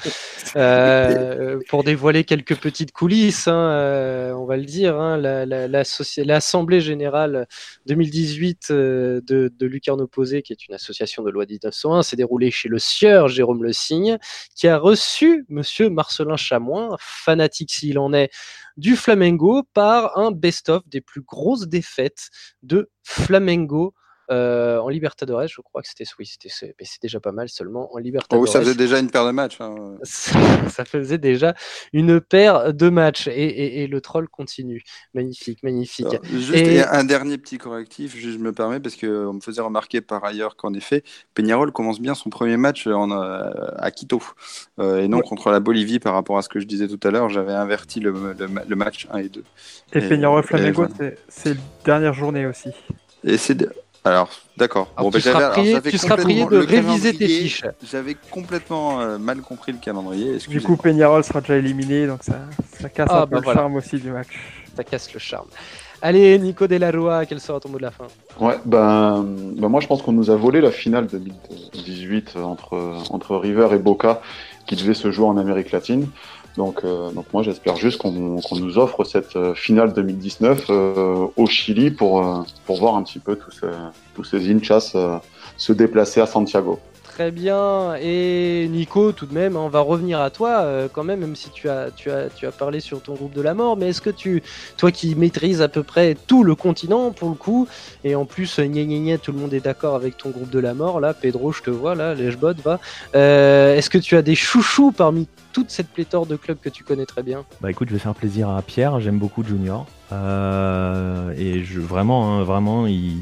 S1: Euh, pour dévoiler quelques petites coulisses, hein, euh, on va le dire, hein, la, la, la soci... l'Assemblée Générale deux mille dix-huit euh, de, de Lucarne Opposée, qui est une association de loi dix-neuf cent un, s'est déroulée chez le sieur Jérôme Le Signe, qui a reçu monsieur Marcelin Chamoin, fanatique s'il en est, du Flamengo par un best-of des plus grosses défaites de Flamengo euh, en Libertadores. Je crois que c'était, oui, c'était, c'est, mais c'est déjà pas mal seulement en Libertadores.
S4: Oh, ça faisait déjà une paire de matchs. Hein.
S1: Ça, ça faisait déjà une paire de matchs et, et, et le troll continue. Magnifique, magnifique.
S4: Alors, juste
S1: et...
S4: un dernier petit correctif, je me permets, parce qu'on me faisait remarquer par ailleurs qu'en effet, Peñarol commence bien son premier match en, à Quito euh, et non ouais. contre la Bolivie par rapport à ce que je disais tout à l'heure. J'avais inverti le, le, le match un et deux.
S6: Et, et Peñarol Flamengo, voilà. c'est, c'est la dernière journée aussi.
S4: Et c'est de... Alors, d'accord.
S1: Bon, tu ben, seras prié, alors, tu seras prié de réviser tes fiches.
S4: J'avais complètement euh, mal compris le calendrier.
S6: Du coup, Peñarol sera déjà éliminé, donc ça, ça casse ah, un peu ben le voilà. charme aussi du match.
S1: Ça casse le charme. Allez, Nico Delarua, quel sera ton mot de la fin?
S3: Ouais, ben, ben moi je pense qu'on nous a volé la finale deux mille dix-huit entre, entre River et Boca, qui devait se jouer en Amérique latine. Donc, euh, donc moi j'espère juste qu'on, qu'on nous offre cette euh, finale deux mille dix-neuf euh, au Chili pour, euh, pour voir un petit peu tous ces, tous ces hinchas euh, se déplacer à Santiago.
S1: Très bien. Et Nico, tout de même, on va revenir à toi euh, quand même, même si tu as, tu, as, tu as parlé sur ton groupe de la mort, mais est-ce que tu, toi qui maîtrises à peu près tout le continent pour le coup, et en plus, gna gna gna, tout le monde est d'accord avec ton groupe de la mort, là, Pedro, je te vois, là, Lèche-Bot, va. Euh, est-ce que tu as des chouchous parmi toute cette pléthore de clubs que tu connais très bien?
S2: Bah écoute, je vais faire plaisir à Pierre, j'aime beaucoup Junior, euh, et je, vraiment, hein, vraiment, il...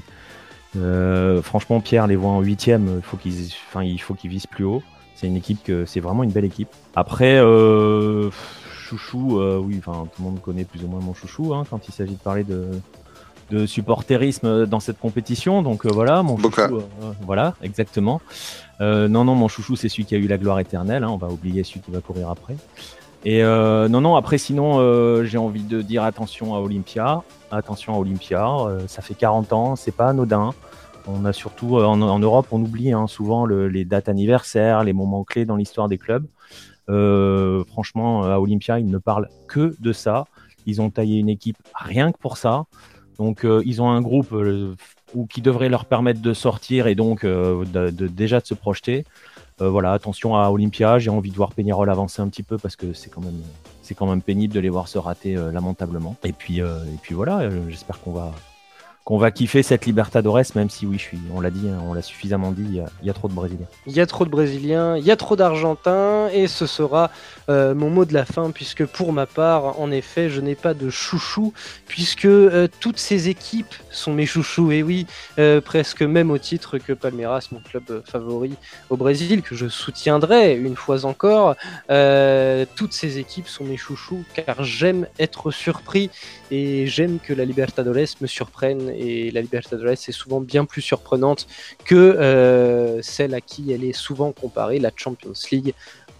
S2: Euh, franchement, Pierre les voit en huitième. Il faut qu'ils, enfin, il faut qu'ils visent plus haut. C'est une équipe que, c'est vraiment une belle équipe. Après, euh, chouchou, euh, oui, enfin, tout le monde connaît plus ou moins mon chouchou hein, quand il s'agit de parler de, de supporterisme dans cette compétition. Donc euh, voilà, mon
S4: Boca.
S2: chouchou, euh, voilà, exactement. Euh, non, non, mon chouchou, c'est celui qui a eu la gloire éternelle. Hein, on va oublier celui qui va courir après. Et euh, non, non, après, sinon, euh, j'ai envie de dire attention à Olympia. Attention à Olympia, euh, ça fait quarante ans, c'est pas anodin. On a surtout, euh, en, en Europe, on oublie hein, souvent le, les dates anniversaires, les moments clés dans l'histoire des clubs. Euh, franchement, à Olympia, ils ne parlent que de ça. Ils ont taillé une équipe rien que pour ça. Donc, euh, ils ont un groupe euh, où, qui devrait leur permettre de sortir et donc euh, de, de, déjà de se projeter. Euh, voilà, attention à Olympia. J'ai envie de voir Peñarol avancer un petit peu parce que c'est quand même, c'est quand même pénible de les voir se rater euh, lamentablement. Et puis, euh, et puis voilà, euh, j'espère qu'on va, qu'on va kiffer cette Libertadores, même si oui, je suis, on l'a dit, hein, on l'a suffisamment dit, il y, a, il y a trop de Brésiliens.
S1: Il y a trop de Brésiliens, il y a trop d'Argentins, et ce sera euh, mon mot de la fin, puisque pour ma part, en effet, je n'ai pas de chouchou, puisque euh, toutes ces équipes sont mes chouchous, et oui, euh, presque même au titre que Palmeiras, mon club favori au Brésil, que je soutiendrai une fois encore. Euh, toutes ces équipes sont mes chouchous, car j'aime être surpris, et j'aime que la Libertadores me surprenne, et la Libertadores est souvent bien plus surprenante que euh, celle à qui elle est souvent comparée, la Champions League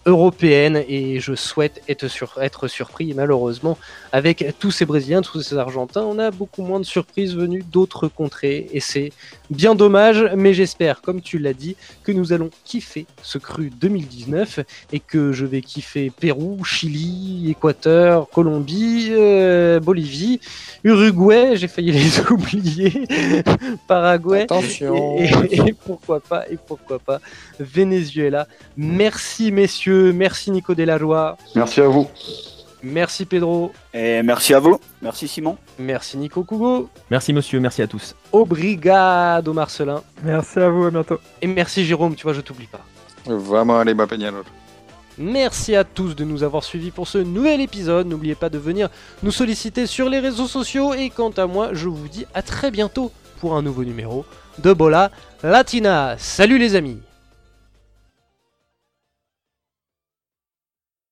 S1: européenne et je souhaite être, sur, être surpris. Malheureusement, avec tous ces Brésiliens, tous ces Argentins, on a beaucoup moins de surprises venues d'autres contrées et c'est bien dommage, mais j'espère, comme tu l'as dit, que nous allons kiffer ce cru deux mille dix-neuf et que je vais kiffer Pérou, Chili, Équateur, Colombie, euh, Bolivie, Uruguay, j'ai failli les oublier, Paraguay,
S7: Attention.
S1: Et, et, et pourquoi pas, et pourquoi pas Venezuela. Merci messieurs, merci Nico Delajoie.
S3: Merci à vous.
S1: Merci Pedro.
S5: Et merci à vous. Merci Simon.
S1: Merci Nico Kugo.
S2: Merci monsieur, merci à tous.
S1: Obrigado Marcelin.
S6: Merci à vous, à bientôt.
S1: Et merci Jérôme, tu vois, je t'oublie pas.
S4: Vamos aller, Peñarol.
S1: Merci à tous de nous avoir suivis pour ce nouvel épisode. N'oubliez pas de venir nous solliciter sur les réseaux sociaux. Et quant à moi, je vous dis à très bientôt pour un nouveau numéro de Bola Latina. Salut les amis!